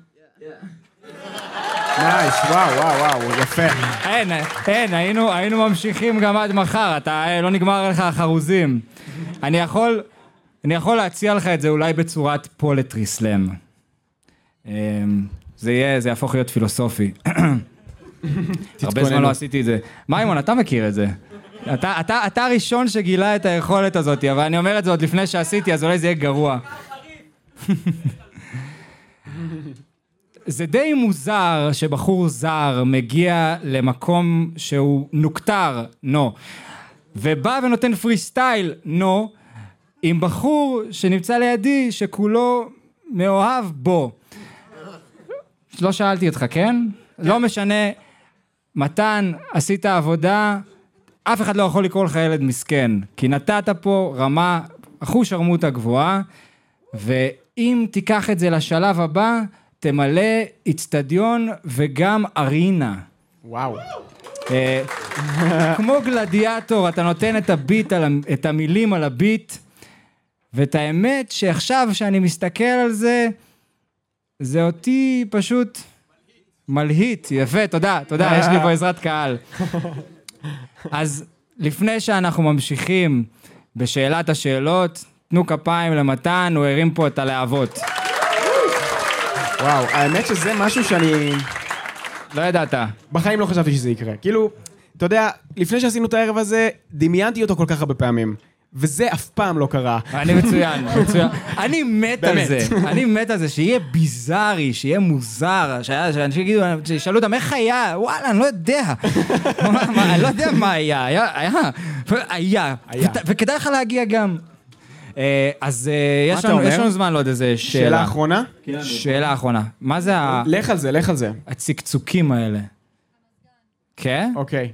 S2: נייס, וואו, וואו, וואו, יפה.
S1: אין, אין, היינו, היינו ממשיכים גם עד מחר, אתה, לא נגמר לך החרוזים. אני יכול, אני יכול להציע לך את זה אולי בצורת פולטרי סלאם. זה יהיה, זה יהפוך להיות פילוסופי. הרבה זמן לא עשיתי את זה. מיימון, אתה מכיר את זה? אתה, אתה, אתה הראשון שגילה את היכולת הזאת, אבל אני אומר את זה עוד לפני שעשיתי, אז אולי זה יהיה גרוע. זה די מוזר שבחור זר מגיע למקום שהוא נוקטר, נו, ובא ונותן פרי סטייל, נו, עם בחור שנמצא לידי שכולו מאוהב בו. לא שאלתי אותך, כן? לא משנה, מתן, עשית עבודה, אף אחד לא יכול לקרוא לך ילד מסכן, כי נתת פה רמה, אחוז שרמוטה גבוהה, ואם תיקח את זה לשלב הבא, תמלא אצטדיון וגם ארינה.
S2: וואו.
S1: כמו גלדיאטור, אתה נותן את הביט, את המילים על הביט, ואת האמת שעכשיו שאני מסתכל על זה, זה אותי פשוט מלהיט. יפה, תודה, תודה, יש לי פה עזרת קהל. אז לפני שאנחנו ממשיכים בשאלת השאלות, תנו כפיים למתן, הוא הרים פה את הלהבות.
S2: וואו, האמת שזה משהו שאני...
S1: לא ידעת.
S2: בחיים לא חשבתי שזה יקרה. כאילו, אתה יודע, לפני שעשינו את הערב הזה, דמיינתי אותו כל כך הרבה פעמים. וזה אף פעם לא קרה.
S1: אני מצוין, מצוין. אני מת על זה. אני מת על זה, שיהיה ביזארי, שיהיה מוזר, שאנשים יגידו, שישאלו אותם, איך היה? וואלה, אני לא יודע. אני לא יודע מה היה. היה. היה. וכדאי לך להגיע גם. אז יש לנו זמן לעוד איזה שאלה.
S2: שאלה אחרונה?
S1: שאלה אחרונה. מה זה ה...
S2: לך על זה, לך על זה.
S1: הצקצוקים האלה. כן?
S2: אוקיי.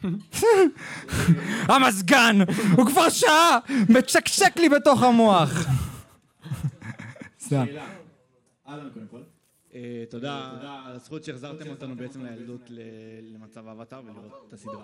S1: המזגן! הוא כבר שעה! מצ'קשק לי בתוך המוח.
S7: שאלה. אהלן קודם כל. תודה על הזכות שהחזרתם אותנו בעצם לילדות למצב האבטר ולראות את הסדרה.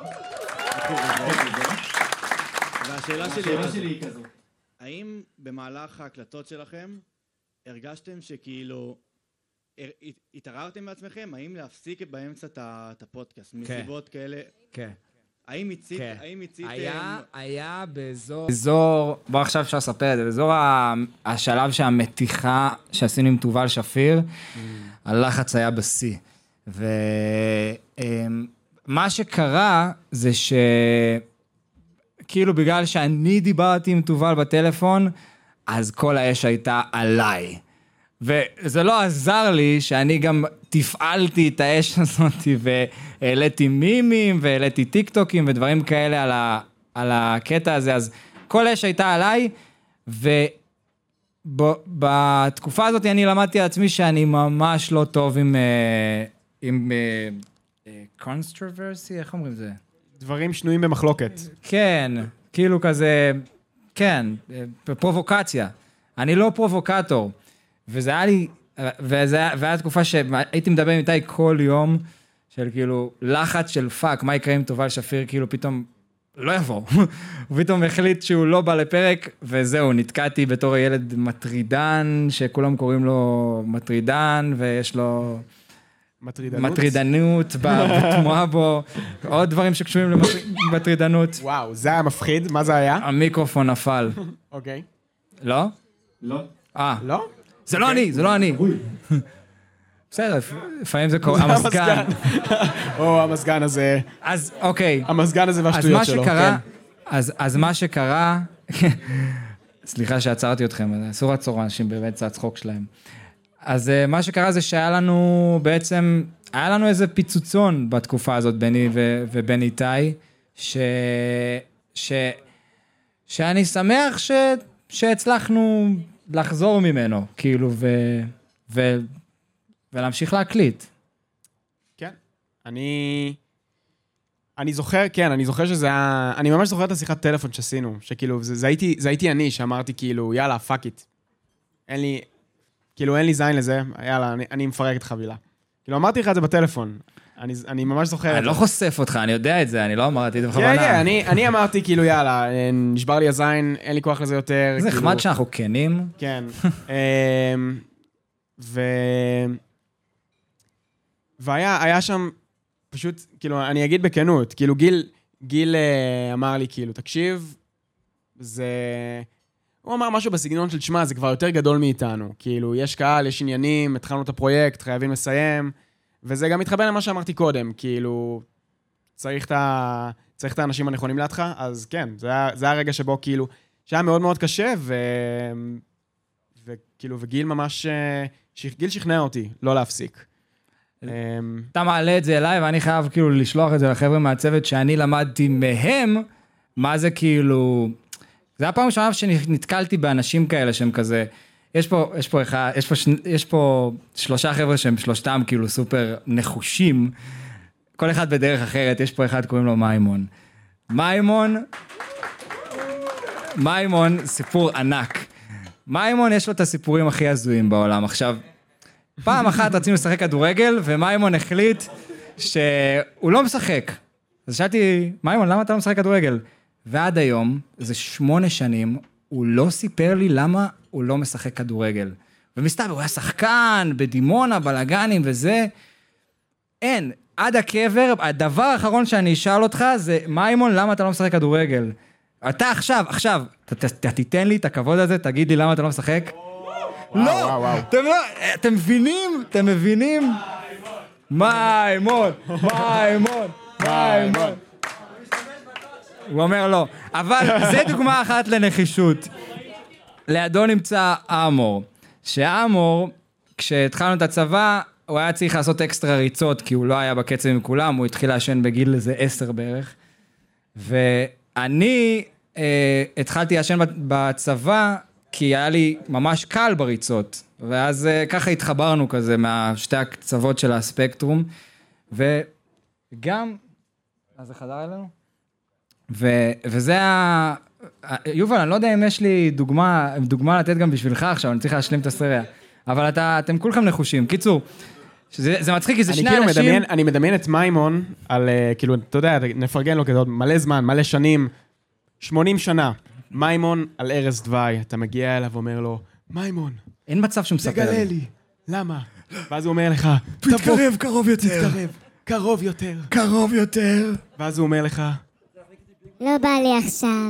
S7: והשאלה שלי היא כזו. האם במהלך ההקלטות שלכם הרגשתם שכאילו התעררתם בעצמכם? האם להפסיק באמצע את הפודקאסט מסיבות כאלה?
S1: כן.
S7: האם הציתם?
S1: היה, היה באזור... באזור, בוא עכשיו אפשר לספר את זה, באזור השלב שהמתיחה שעשינו עם תובל שפיר, הלחץ היה בשיא. ומה שקרה זה ש... כאילו בגלל שאני דיברתי עם תובל בטלפון, אז כל האש הייתה עליי. וזה לא עזר לי שאני גם תפעלתי את האש הזאת, והעליתי מימים, והעליתי טיק טוקים ודברים כאלה על, ה, על הקטע הזה, אז כל האש הייתה עליי, בתקופה הזאת אני למדתי על עצמי שאני ממש לא טוב עם, עם controversy, איך אומרים זה?
S2: דברים שנויים במחלוקת.
S1: כן, כאילו כזה, כן, פרובוקציה. אני לא פרובוקטור. וזה היה לי, וזה היה תקופה שהייתי מדבר עם איתי כל יום, של כאילו לחץ של פאק, מה יקרה עם תובל שפיר, כאילו פתאום לא יבוא. הוא פתאום החליט שהוא לא בא לפרק, וזהו, נתקעתי בתור ילד מטרידן, שכולם קוראים לו מטרידן, ויש לו
S2: מטרידנות?
S1: מטרידנות בתמועה בו, עוד דברים שקשורים למטרידנות.
S2: וואו, זה היה מפחיד, מה זה היה?
S1: המיקרופון נפל.
S2: אוקיי.
S1: לא?
S7: לא.
S1: אה.
S2: לא?
S1: זה לא אני, זה לא אני. בסדר, לפעמים זה קורה, המסגן.
S2: או, המסגן הזה.
S1: אז אוקיי.
S2: המסגן הזה והשטויות שלו.
S1: אז מה שקרה, אז מה שקרה, סליחה שעצרתי אתכם, אסור לעצור אנשים באמצע הצחוק שלהם. אז מה שקרה זה שהיה לנו בעצם, היה לנו איזה פיצוצון בתקופה הזאת, ביני ובין איתי, ש... ש... שאני שמח ש... שהצלחנו לחזור ממנו, כאילו, ו... ו... ולהמשיך להקליט.
S2: כן. אני... אני זוכר, כן, אני זוכר שזה היה... אני ממש זוכר את השיחת טלפון שעשינו, שכאילו, זה, זה, הייתי, זה הייתי אני שאמרתי כאילו, יאללה, פאק איט. אין לי... כאילו, אין לי זין לזה, יאללה, אני, אני מפרק את חבילה. כאילו, אמרתי לך את זה בטלפון. אני, אני ממש זוכר את זה.
S1: אני לא חושף אותך, אני יודע את זה, אני לא אמרתי את זה בכוונה.
S2: כן, כן, אני, אני אמרתי כאילו, יאללה, נשבר לי הזין, אין לי כוח לזה יותר.
S1: זה
S2: כאילו...
S1: נחמד שאנחנו כנים.
S2: כן. ו... והיה, היה שם, פשוט, כאילו, אני אגיד בכנות, כאילו, גיל, גיל אמר לי, כאילו, תקשיב, זה... הוא אמר משהו בסגנון של, תשמע, זה כבר יותר גדול מאיתנו. כאילו, יש קהל, יש עניינים, התחלנו את הפרויקט, חייבים לסיים, וזה גם מתחבר למה שאמרתי קודם, כאילו, צריך את ה... צריך את האנשים הנכונים לידך, אז כן, זה היה, זה היה הרגע שבו, כאילו, שהיה מאוד מאוד קשה, ו... וכאילו, וגיל ממש... גיל שכנע אותי, לא להפסיק.
S1: אתה מעלה את זה אליי, ואני חייב כאילו לשלוח את זה לחבר'ה מהצוות שאני למדתי מהם, מה זה כאילו... זה הפעם ראשונה שנתקלתי באנשים כאלה שהם כזה, יש פה, יש פה אחד, יש פה, יש פה שלושה חבר'ה שהם שלושתם כאילו סופר נחושים, כל אחד בדרך אחרת, יש פה אחד קוראים לו מיימון. מיימון, מיימון, סיפור ענק. מיימון יש לו את הסיפורים הכי הזויים בעולם. עכשיו, פעם אחת רצינו לשחק כדורגל, ומיימון החליט שהוא לא משחק. אז שאלתי, מיימון, למה אתה לא משחק כדורגל? ועד היום, זה שמונה שנים, הוא לא סיפר לי למה הוא לא משחק כדורגל. ומסתבר, הוא היה שחקן, בדימונה, בלגנים וזה. אין, עד הקבר, הדבר האחרון שאני אשאל אותך, זה, מיימון, למה אתה לא משחק כדורגל? אתה עכשיו, עכשיו, אתה תיתן לי את הכבוד הזה, תגיד לי למה אתה לא משחק? לא, אתם מבינים? אתם מבינים? מיימון, מיימון, מיימון. הוא אומר לא, אבל זה דוגמה אחת לנחישות. לידו נמצא אמור, שאמור, כשהתחלנו את הצבא, הוא היה צריך לעשות אקסטרה ריצות, כי הוא לא היה בקצב עם כולם, הוא התחיל להשן בגיל איזה עשר בערך, ואני אה, התחלתי להשן בצבא, כי היה לי ממש קל בריצות, ואז אה, ככה התחברנו כזה, מהשתי הקצוות של הספקטרום, וגם, אז זה חזר אלינו? ו, וזה ה... יובל, אני לא יודע אם יש לי דוגמה, דוגמה לתת גם בשבילך עכשיו, אני צריך להשלים את הסריה, אבל אתה, אתם כולכם נחושים. קיצור, שזה, זה מצחיק, כי זה שני
S2: כאילו
S1: אנשים...
S2: מדמיין, אני מדמיין את מיימון על, כאילו, אתה יודע, נפרגן לו כזה מלא זמן, מלא שנים, שמונים שנה, מיימון על ארז דווי, אתה מגיע אליו ואומר לו, מיימון,
S1: אין מצב שהוא מספר.
S2: תגלה לי, למה? ואז הוא אומר לך,
S1: תתקרב קרוב יותר.
S2: תתקרב, קרוב יותר.
S1: קרוב יותר.
S2: ואז הוא אומר לך,
S4: לא בא לי עכשיו.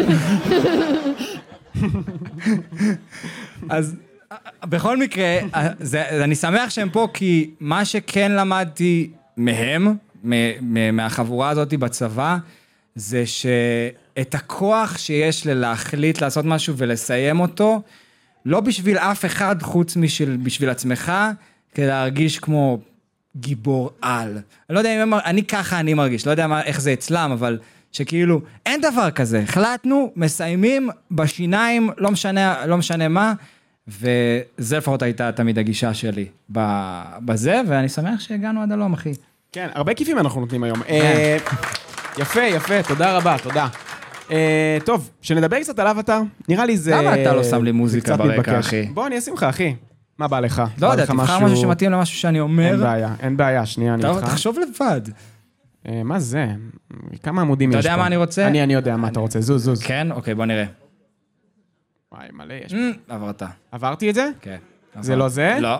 S1: אז בכל מקרה, זה, אני שמח שהם פה, כי מה שכן למדתי מהם, מהחבורה הזאת בצבא, זה שאת הכוח שיש להחליט לעשות משהו ולסיים אותו, לא בשביל אף אחד חוץ משל, בשביל עצמך, כדי להרגיש כמו גיבור על. אני לא יודע אם אני ככה אני מרגיש, לא יודע מה, איך זה אצלם, אבל שכאילו אין דבר כזה. החלטנו, מסיימים בשיניים, לא משנה, לא משנה מה, וזה לפחות הייתה תמיד הגישה שלי בזה, ואני שמח שהגענו עד הלום, אחי.
S2: כן, הרבה כיפים אנחנו נותנים היום. יפה, יפה, תודה רבה, תודה. טוב, שנדבר קצת על אבטר, נראה לי זה...
S1: למה אתה לא שם לי מוזיקה ברקע, אחי?
S2: בוא, אני אשים לך, אחי. מה בא לך?
S1: לא יודע, תבחר משהו שמתאים למשהו שאני אומר.
S2: אין בעיה, אין בעיה, שנייה, אני איתך.
S1: תחשוב לבד.
S2: מה זה? כמה עמודים יש פה?
S1: אתה יודע מה אני רוצה?
S2: אני, אני יודע מה אתה רוצה, זוז, זוז.
S1: כן? אוקיי, בוא נראה.
S2: וואי, מלא יש פה.
S1: עברת.
S2: עברתי את זה?
S1: כן.
S2: זה לא זה?
S1: לא.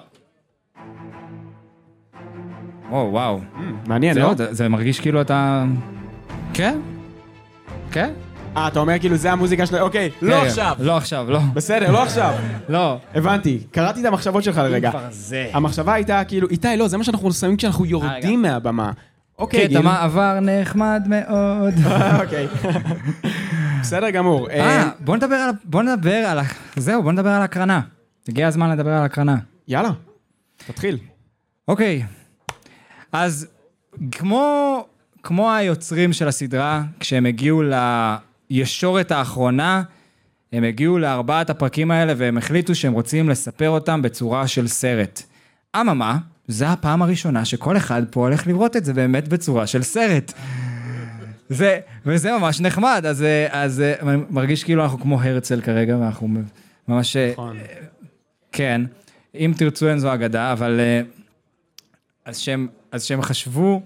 S1: וואו, וואו.
S2: מעניין, לא?
S1: זה מרגיש כאילו אתה... כן? כן?
S2: אה, אתה אומר כאילו זה המוזיקה שלו, אוקיי, לא עכשיו.
S1: לא עכשיו, לא.
S2: בסדר, לא עכשיו.
S1: לא.
S2: הבנתי, קראתי את המחשבות שלך לרגע. המחשבה הייתה כאילו, איתי, לא, זה מה שאנחנו שמים כשאנחנו יורדים מהבמה. אוקיי, גיל.
S1: קטע מעבר נחמד מאוד.
S2: אוקיי. בסדר גמור.
S1: אה, בוא נדבר על... בוא נדבר על... זהו, בוא נדבר על הקרנה. הגיע הזמן לדבר על הקרנה.
S2: יאללה, תתחיל.
S1: אוקיי. אז כמו... כמו היוצרים של הסדרה, כשהם הגיעו לישורת האחרונה, הם הגיעו לארבעת הפרקים האלה, והם החליטו שהם רוצים לספר אותם בצורה של סרט. אממה, זו הפעם הראשונה שכל אחד פה הולך לראות את זה באמת בצורה של סרט. זה, וזה ממש נחמד, אז, אז מרגיש כאילו אנחנו כמו הרצל כרגע, ואנחנו ממש...
S2: נכון. כן,
S1: אם תרצו אין זו אגדה, אבל... אז שהם, אז שהם חשבו...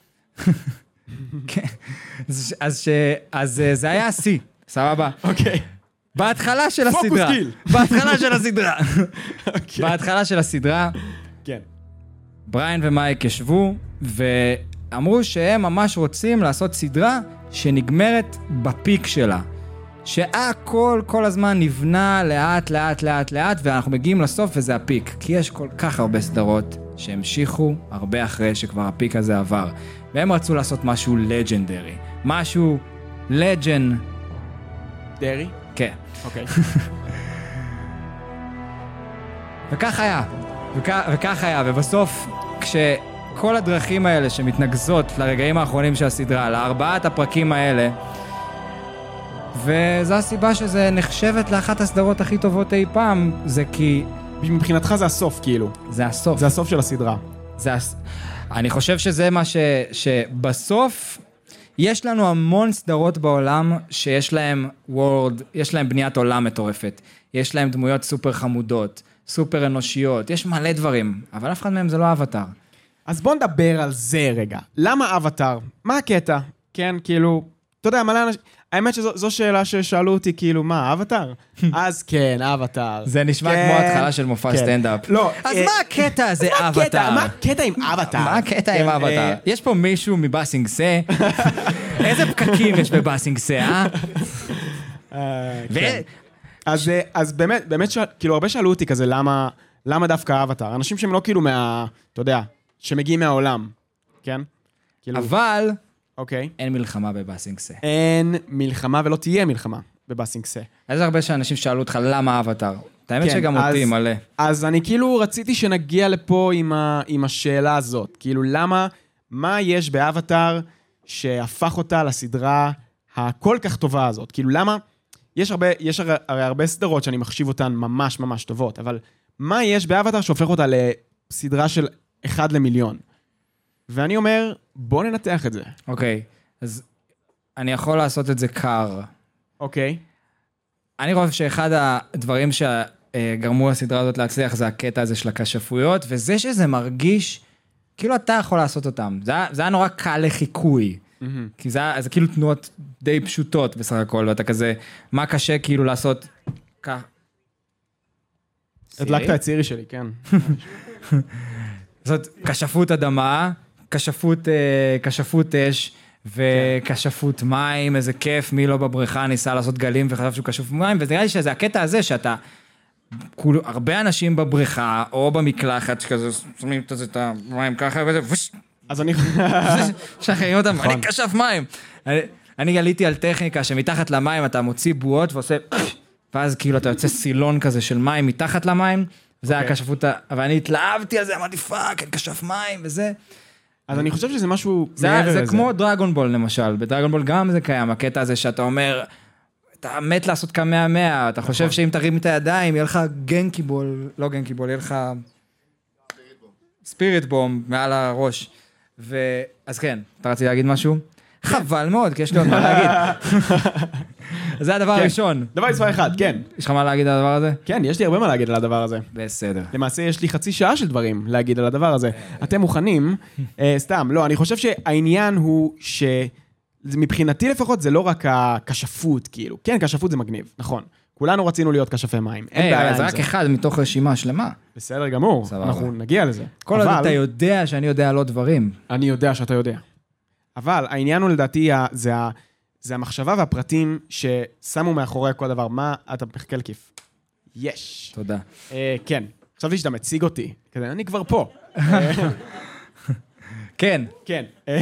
S1: אז ש... אז זה היה השיא, סבבה.
S2: אוקיי.
S1: בהתחלה של הסדרה. בהתחלה של הסדרה. בהתחלה של הסדרה.
S2: כן.
S1: בריין ומייק ישבו, ואמרו שהם ממש רוצים לעשות סדרה שנגמרת בפיק שלה. שהכל כל הזמן נבנה לאט לאט לאט לאט, ואנחנו מגיעים לסוף וזה הפיק. כי יש כל כך הרבה סדרות שהמשיכו הרבה אחרי שכבר הפיק הזה עבר. והם רצו לעשות משהו לג'נדרי. משהו לג'ן...
S2: דרי?
S1: כן.
S2: אוקיי.
S1: וכך היה. וכ... וכך היה. ובסוף, כשכל הדרכים האלה שמתנגזות לרגעים האחרונים של הסדרה, לארבעת הפרקים האלה, וזו הסיבה שזה נחשבת לאחת הסדרות הכי טובות אי פעם, זה כי...
S2: מבחינתך זה הסוף, כאילו.
S1: זה הסוף.
S2: זה הסוף של הסדרה.
S1: זה הס... אני חושב שזה מה ש... שבסוף יש לנו המון סדרות בעולם שיש להם וורד, יש להם בניית עולם מטורפת, יש להם דמויות סופר חמודות, סופר אנושיות, יש מלא דברים, אבל אף אחד מהם זה לא אבטר.
S2: אז בוא נדבר על זה רגע. למה אבטר? מה הקטע? כן, כאילו, אתה יודע, מלא אנשים... האמת שזו שאלה ששאלו אותי, כאילו, מה, אבטר? אז כן, אבטר.
S1: זה נשמע כמו התחלה של מופע סטנדאפ.
S2: לא.
S1: אז מה הקטע הזה, אבטר?
S2: מה הקטע עם אבטר?
S1: מה הקטע עם אבטר? יש פה מישהו מבאסינג סה? איזה פקקים יש בבאסינג סה, אה?
S2: אז באמת, באמת, כאילו, הרבה שאלו אותי כזה, למה דווקא אבטר? אנשים שהם לא כאילו מה, אתה יודע, שמגיעים מהעולם, כן?
S1: אבל...
S2: אוקיי.
S1: אין מלחמה בבאסינג סה.
S2: אין מלחמה ולא תהיה מלחמה בבאסינג סה.
S1: אז הרבה שאנשים שאלו אותך למה אבטר. האמת שגם אותי מלא.
S2: אז אני כאילו רציתי שנגיע לפה עם השאלה הזאת. כאילו למה, מה יש באבטר שהפך אותה לסדרה הכל כך טובה הזאת? כאילו למה, יש הרבה, יש הרי הרבה סדרות שאני מחשיב אותן ממש ממש טובות, אבל מה יש באבטר שהופך אותה לסדרה של אחד למיליון? ואני אומר, בוא ננתח את זה.
S1: אוקיי, אז אני יכול לעשות את זה קר.
S2: אוקיי.
S1: אני חושב שאחד הדברים שגרמו לסדרה הזאת להצליח, זה הקטע הזה של הכשפויות, וזה שזה מרגיש, כאילו אתה יכול לעשות אותם. זה, זה היה נורא קל לחיקוי. Mm-hmm. כי זה, זה כאילו תנועות די פשוטות בסך הכל, ואתה כזה, מה קשה כאילו לעשות כך.
S2: הדלקת את צירי שלי, כן.
S1: זאת כשפות אדמה, כשפות, כשפות אש, וכשפות מים, איזה כיף, מי לא בבריכה ניסה לעשות גלים וחשב שהוא כשפות מים, וזה נראה לי שזה הקטע הזה שאתה, כולו, הרבה אנשים בבריכה, או במקלחת, שכזה, שמים את המים ככה, וזה, ווש,
S2: אז אני...
S1: שחררים אותם, אני כשף מים. אני עליתי על טכניקה שמתחת למים אתה מוציא בועות ועושה, ואז כאילו אתה יוצא סילון כזה של מים מתחת למים, זה היה כשפות, אבל אני התלהבתי על זה, אמרתי פאק, אני כשף מים וזה.
S2: אז אני חושב שזה משהו
S1: מעבר לזה. זה כמו דרגון בול למשל, בדרגון בול גם זה קיים, הקטע הזה שאתה אומר, אתה מת לעשות כמה מאה, אתה חושב שאם תרים את הידיים, יהיה לך גנקיבול, לא גנקיבול, יהיה לך ספיריט בום מעל הראש. אז כן, אתה רציתי להגיד משהו? חבל מאוד, כי יש לי עוד מה להגיד. זה הדבר הראשון.
S2: דבר מספר אחד, כן.
S1: יש לך מה להגיד על הדבר הזה?
S2: כן, יש לי הרבה מה להגיד על הדבר הזה.
S1: בסדר.
S2: למעשה יש לי חצי שעה של דברים להגיד על הדבר הזה. אתם מוכנים? סתם, לא, אני חושב שהעניין הוא ש... מבחינתי לפחות זה לא רק הקשפות, כאילו. כן, קשפות זה מגניב, נכון. כולנו רצינו להיות כשפי מים. אין בעיה עם זה.
S1: זה רק אחד מתוך רשימה שלמה.
S2: בסדר גמור, אנחנו נגיע לזה.
S1: כל עוד אתה יודע שאני יודע על עוד דברים.
S2: אני יודע שאתה יודע. אבל העניין הוא לדעתי, זה, זה המחשבה והפרטים ששמו מאחורי כל דבר. מה אתה מחכה לכיף? יש.
S1: תודה.
S2: אה, כן, חשבתי שאתה מציג אותי, כדי, אני כבר פה.
S1: כן.
S2: כן.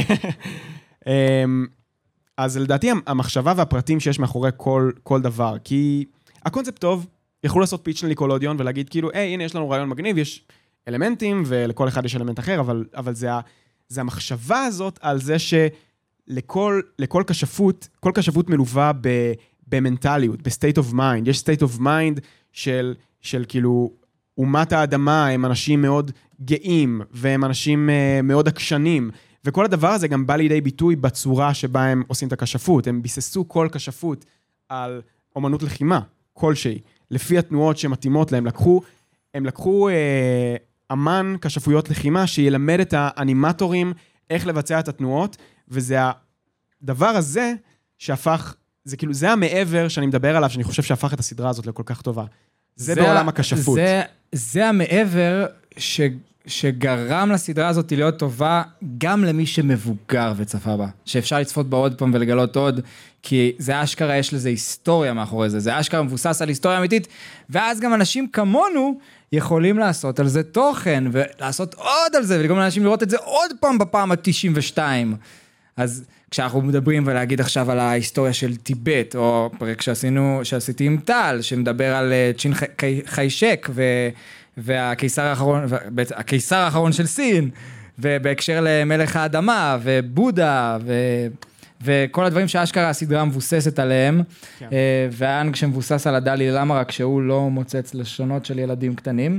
S2: אז לדעתי המחשבה והפרטים שיש מאחורי כל, כל דבר, כי הקונספט טוב, יכולו לעשות פיץ' לניקולודיון ולהגיד כאילו, היי, הנה יש לנו רעיון מגניב, יש אלמנטים ולכל אחד יש אלמנט אחר, אבל, אבל זה, זה המחשבה הזאת על זה שלכל לכל כשפות, כל כשפות מלווה ב, במנטליות, בסטייט אוף מיינד. יש סטייט אוף מיינד של, של כאילו, אומת האדמה, הם אנשים מאוד גאים, והם אנשים מאוד עקשנים, וכל הדבר הזה גם בא לידי ביטוי בצורה שבה הם עושים את הכשפות. הם ביססו כל כשפות על אומנות לחימה, כלשהי, לפי התנועות שמתאימות להם. לקחו, הם לקחו אה, אמן כשפויות לחימה שילמד את האנימטורים איך לבצע את התנועות, וזה הדבר הזה שהפך, זה כאילו, זה המעבר שאני מדבר עליו, שאני חושב שהפך את הסדרה הזאת לכל כך טובה. זה, זה בעולם הכשפות.
S1: זה, זה המעבר ש... שגרם לסדרה הזאת להיות טובה גם למי שמבוגר וצפה בה. שאפשר לצפות בה עוד פעם ולגלות עוד, כי זה אשכרה, יש לזה היסטוריה מאחורי זה. זה אשכרה מבוסס על היסטוריה אמיתית, ואז גם אנשים כמונו יכולים לעשות על זה תוכן, ולעשות עוד על זה, ולגרום לאנשים לראות את זה עוד פעם בפעם ה-תשעים ושתיים. אז כשאנחנו מדברים ולהגיד עכשיו על ההיסטוריה של טיבט, או פרק שעשינו, שעשיתי עם טל, שמדבר על צ'ין חיישק, ו... והקיסר האחרון, הקיסר האחרון של סין, ובהקשר למלך האדמה, ובודה, ו... וכל הדברים שהאשכרה הסדרה מבוססת עליהם, כן. והאנג שמבוסס על הדלי למה, רק שהוא לא מוצץ לשונות של ילדים קטנים.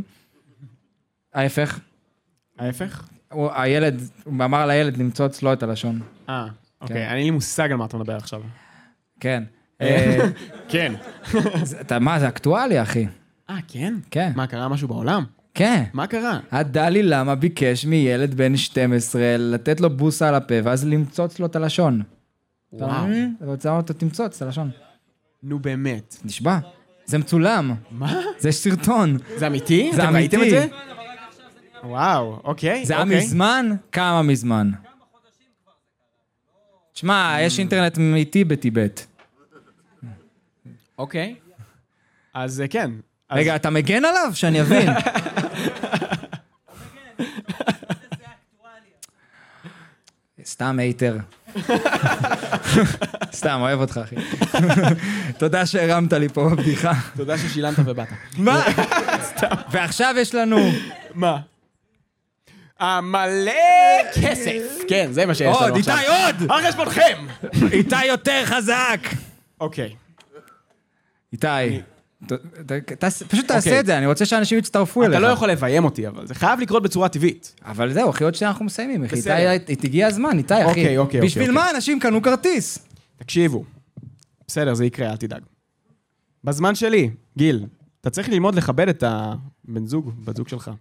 S1: ההפך.
S2: ההפך?
S1: הוא, הילד, הוא אמר לילד למצוא אצלו את הלשון.
S2: אה, אוקיי, כן. אני לי מושג על מה אתה מדבר עכשיו.
S1: כן.
S2: כן.
S1: אתה, מה, זה אקטואלי, אחי.
S2: אה, כן?
S1: כן.
S2: מה, קרה משהו בעולם?
S1: כן.
S2: מה קרה?
S1: הדלי למה ביקש מילד בן שתים עשרה לתת לו בוסה על הפה, ואז למצוץ לו את הלשון.
S2: וואו.
S1: אתה רוצה אותו תמצוץ את הלשון.
S2: נו באמת.
S1: נשבע. זה מצולם.
S2: מה?
S1: זה סרטון.
S2: זה אמיתי?
S1: זה
S2: אתם
S1: אמיתי.
S2: ראיתם את זה? וואו, אוקיי.
S1: זה היה
S2: אוקיי.
S1: מזמן? כמה מזמן? תשמע, יש אינטרנט איתי בטיבט.
S2: אוקיי. אז כן.
S1: רגע, אתה מגן עליו? שאני אבין. סתם הייטר. סתם, אוהב אותך, אחי. תודה שהרמת לי פה בבדיחה.
S2: תודה ששילמת ובאת.
S1: מה? ועכשיו יש לנו...
S2: מה? מלא כסף. כן, זה מה שיש לנו
S1: עוד,
S2: עכשיו.
S1: איתי, עוד!
S2: על חשבונכם!
S1: איתי יותר חזק!
S2: אוקיי.
S1: איתי, פשוט תעשה את זה, אני רוצה שאנשים יצטרפו אליך.
S2: אתה לא יכול לביים אותי, אבל זה חייב לקרות בצורה טבעית.
S1: אבל זהו, אחי, עוד שאנחנו מסיימים. איתי, תגיע הזמן, איתי, אחי.
S2: אוקיי, אוקיי.
S1: בשביל מה אנשים קנו כרטיס?
S2: תקשיבו. בסדר, זה יקרה, אל תדאג. בזמן שלי, גיל, אתה צריך ללמוד לכבד את הבן זוג, בת זוג שלך.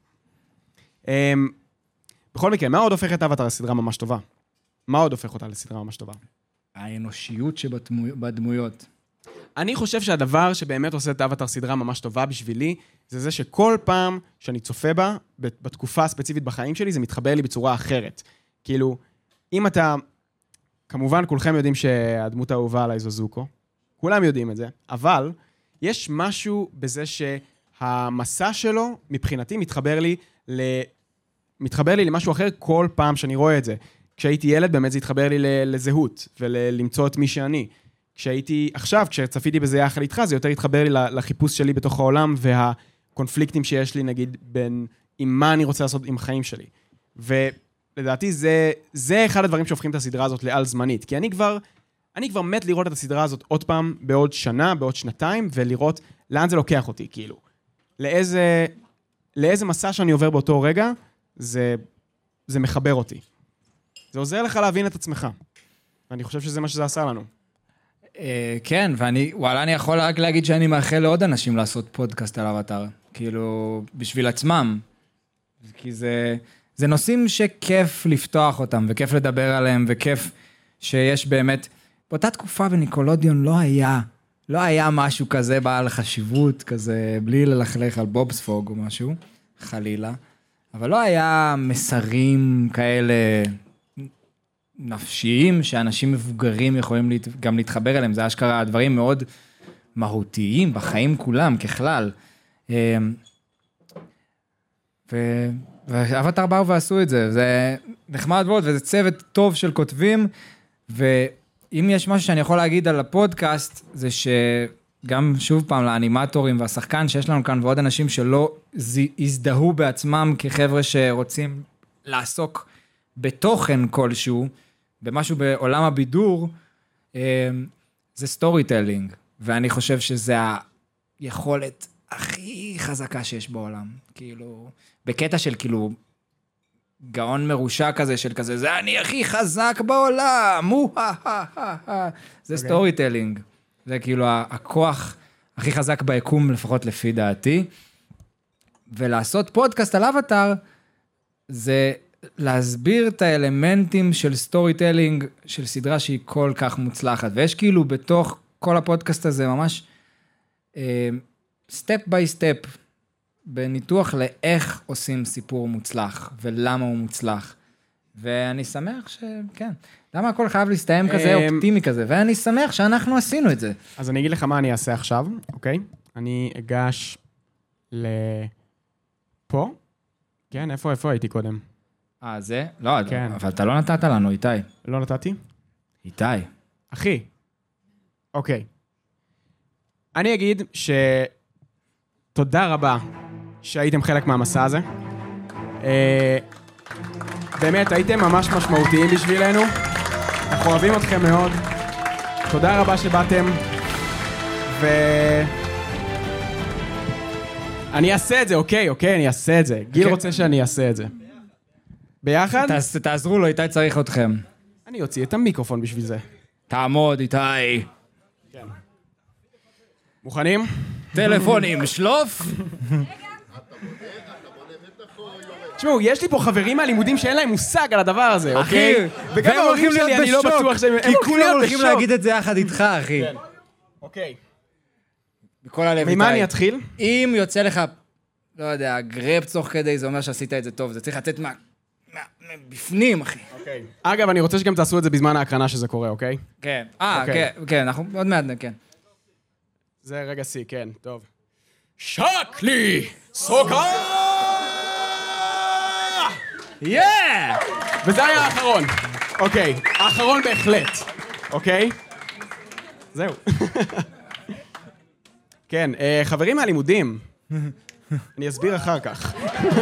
S2: בכל מקרה, מה עוד הופך את אבטאר לסדרה ממש טובה? מה עוד הופך אותה לסדרה ממש טובה?
S1: האנושיות שבדמויות.
S2: אני חושב שהדבר שבאמת עושה את אבטאר סדרה ממש טובה בשבילי, זה זה שכל פעם שאני צופה בה, בתקופה הספציפית בחיים שלי, זה מתחבר לי בצורה אחרת. כאילו, אם אתה... כמובן, כולכם יודעים שהדמות האהובה עליי זו זוקו. כולם יודעים את זה. אבל יש משהו בזה שהמסע שלו, מבחינתי, מתחבר לי ל... מתחבר לי למשהו אחר כל פעם שאני רואה את זה. כשהייתי ילד, באמת זה התחבר לי לזהות, ולמצוא את מי שאני. כשהייתי, עכשיו, כשצפיתי בזה יחד איתך, זה יותר התחבר לי לחיפוש שלי בתוך העולם, והקונפליקטים שיש לי, נגיד, בין עם מה אני רוצה לעשות עם החיים שלי. ולדעתי, זה, זה אחד הדברים שהופכים את הסדרה הזאת לעל זמנית. כי אני כבר, אני כבר מת לראות את הסדרה הזאת עוד פעם, בעוד שנה, בעוד שנתיים, ולראות לאן זה לוקח אותי, כאילו. לאיזה, לאיזה מסע שאני עובר באותו רגע, זה, זה מחבר אותי. זה עוזר לך להבין את עצמך. ואני חושב שזה מה שזה עשה לנו.
S1: כן, ואני, וואלה, אני יכול רק להגיד שאני מאחל לעוד אנשים לעשות פודקאסט על אבטר. כאילו, בשביל עצמם. כי זה, זה נושאים שכיף לפתוח אותם, וכיף לדבר עליהם, וכיף שיש באמת... באותה תקופה בניקולודיון לא היה, לא היה משהו כזה בעל חשיבות, כזה, בלי ללכלך על בובספוג או משהו, חלילה. אבל לא היה מסרים כאלה נפשיים, שאנשים מבוגרים יכולים להת... גם להתחבר אליהם. זה אשכרה דברים מאוד מהותיים בחיים כולם, ככלל. ו... ואבטר באו ועשו את זה. זה נחמד מאוד, וזה צוות טוב של כותבים, ואם יש משהו שאני יכול להגיד על הפודקאסט, זה שגם שוב פעם לאנימטורים והשחקן שיש לנו כאן, ועוד אנשים שלא הזדהו בעצמם כחבר'ה שרוצים לעסוק בתוכן כלשהו, במשהו בעולם הבידור, זה סטורי טלינג, ואני חושב שזה היכולת הכי חזקה שיש בעולם, כאילו, בקטע של כאילו, גאון מרושע כזה, של כזה, זה אני הכי חזק בעולם, זה סטורי טלינג, זה כאילו הכוח הכי חזק ביקום, לפחות לפי דעתי, ולעשות פודקאסט על אבטר, זה להסביר את האלמנטים של סטורי טלינג, של סדרה שהיא כל כך מוצלחת, ויש כאילו בתוך כל הפודקאסט הזה ממש סטפ ביי סטפ, בניתוח לאיך עושים סיפור מוצלח, ולמה הוא מוצלח. ואני שמח שכן, למה הכל חייב להסתיים כזה אופטימי כזה, ואני שמח שאנחנו עשינו את זה.
S2: אז אני אגיד לך מה אני אעשה עכשיו, אוקיי? אני אגש לפה. כן, איפה, איפה הייתי קודם?
S1: אה, זה? לא, אבל אתה לא נתת לנו, איתי.
S2: לא נתתי?
S1: איתי.
S2: אחי. אוקיי. אני אגיד שתודה רבה שהייתם חלק מהמסע הזה. באמת, הייתם ממש משמעותיים בשבילנו. אנחנו אוהבים אתכם מאוד. תודה רבה שבאתם. ו... אני אעשה את זה, אוקיי, אוקיי, אני אעשה את זה. גיל רוצה שאני אעשה את זה. ביחד?
S1: תעזרו לו, איתי צריך אתכם.
S2: אני אוציא את המיקרופון בשביל זה.
S1: תעמוד, איתי.
S2: כן. מוכנים?
S1: טלפונים, שלוף.
S2: תשמעו, יש לי פה חברים מהלימודים שאין להם מושג על הדבר הזה, אוקיי? וגם ההורים שלי, אני לא בטוח שהם...
S1: כי כולם הולכים להגיד את זה יחד איתך, אחי.
S2: כן. אוקיי.
S1: בכל הלב, איתי.
S2: ממה אני אתחיל?
S1: אם יוצא לך, לא יודע, גרב צוך כדי, זה אומר שעשית את זה טוב. זה צריך לתת מה... בפנים, אחי.
S2: אוקיי. אגב, אני רוצה שגם תעשו את זה בזמן ההקרנה שזה קורה, אוקיי?
S1: כן. אה, כן, כן, אנחנו עוד מעט, כן.
S2: זה רגע סי, כן, טוב. שקלי! סוקה!
S1: יאה!
S2: וזה היה האחרון. אוקיי, האחרון בהחלט. אוקיי? זהו. כן, חברים מהלימודים. אני אסביר אחר כך.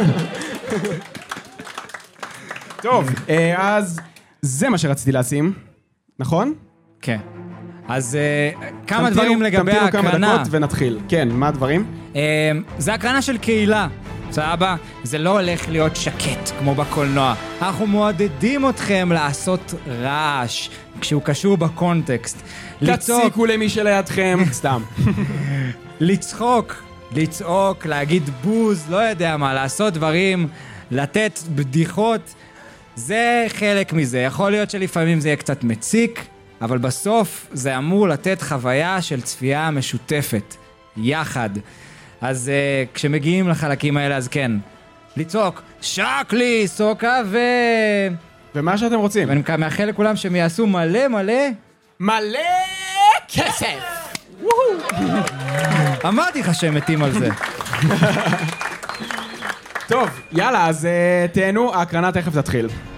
S2: טוב, אז זה מה שרציתי לשים, נכון?
S1: כן. אז כמה דברים לגבי ההקרנה.
S2: תמתינו כמה דקות ונתחיל. כן, מה הדברים?
S1: זה הקרנה של קהילה. סבא, זה לא הולך להיות שקט כמו בקולנוע. אנחנו מעודדים אתכם לעשות רעש כשהוא קשור בקונטקסט.
S2: תציקו למי שלידכם, סתם.
S1: לצחוק, לצעוק, להגיד בוז, לא יודע מה, לעשות דברים, לתת בדיחות. זה חלק מזה. יכול להיות שלפעמים זה יהיה קצת מציק, אבל בסוף זה אמור לתת חוויה של צפייה משותפת, יחד. אז uh, כשמגיעים לחלקים האלה, אז כן, לצעוק, שקלי, סוקה, ו...
S2: ומה שאתם רוצים.
S1: ואני מאחל לכולם שהם יעשו מלא מלא...
S2: מלא כסף!
S1: אמרתי לך שהם מתים על זה.
S2: טוב, יאללה, אז uh, תהנו, ההקרנה תכף תתחיל.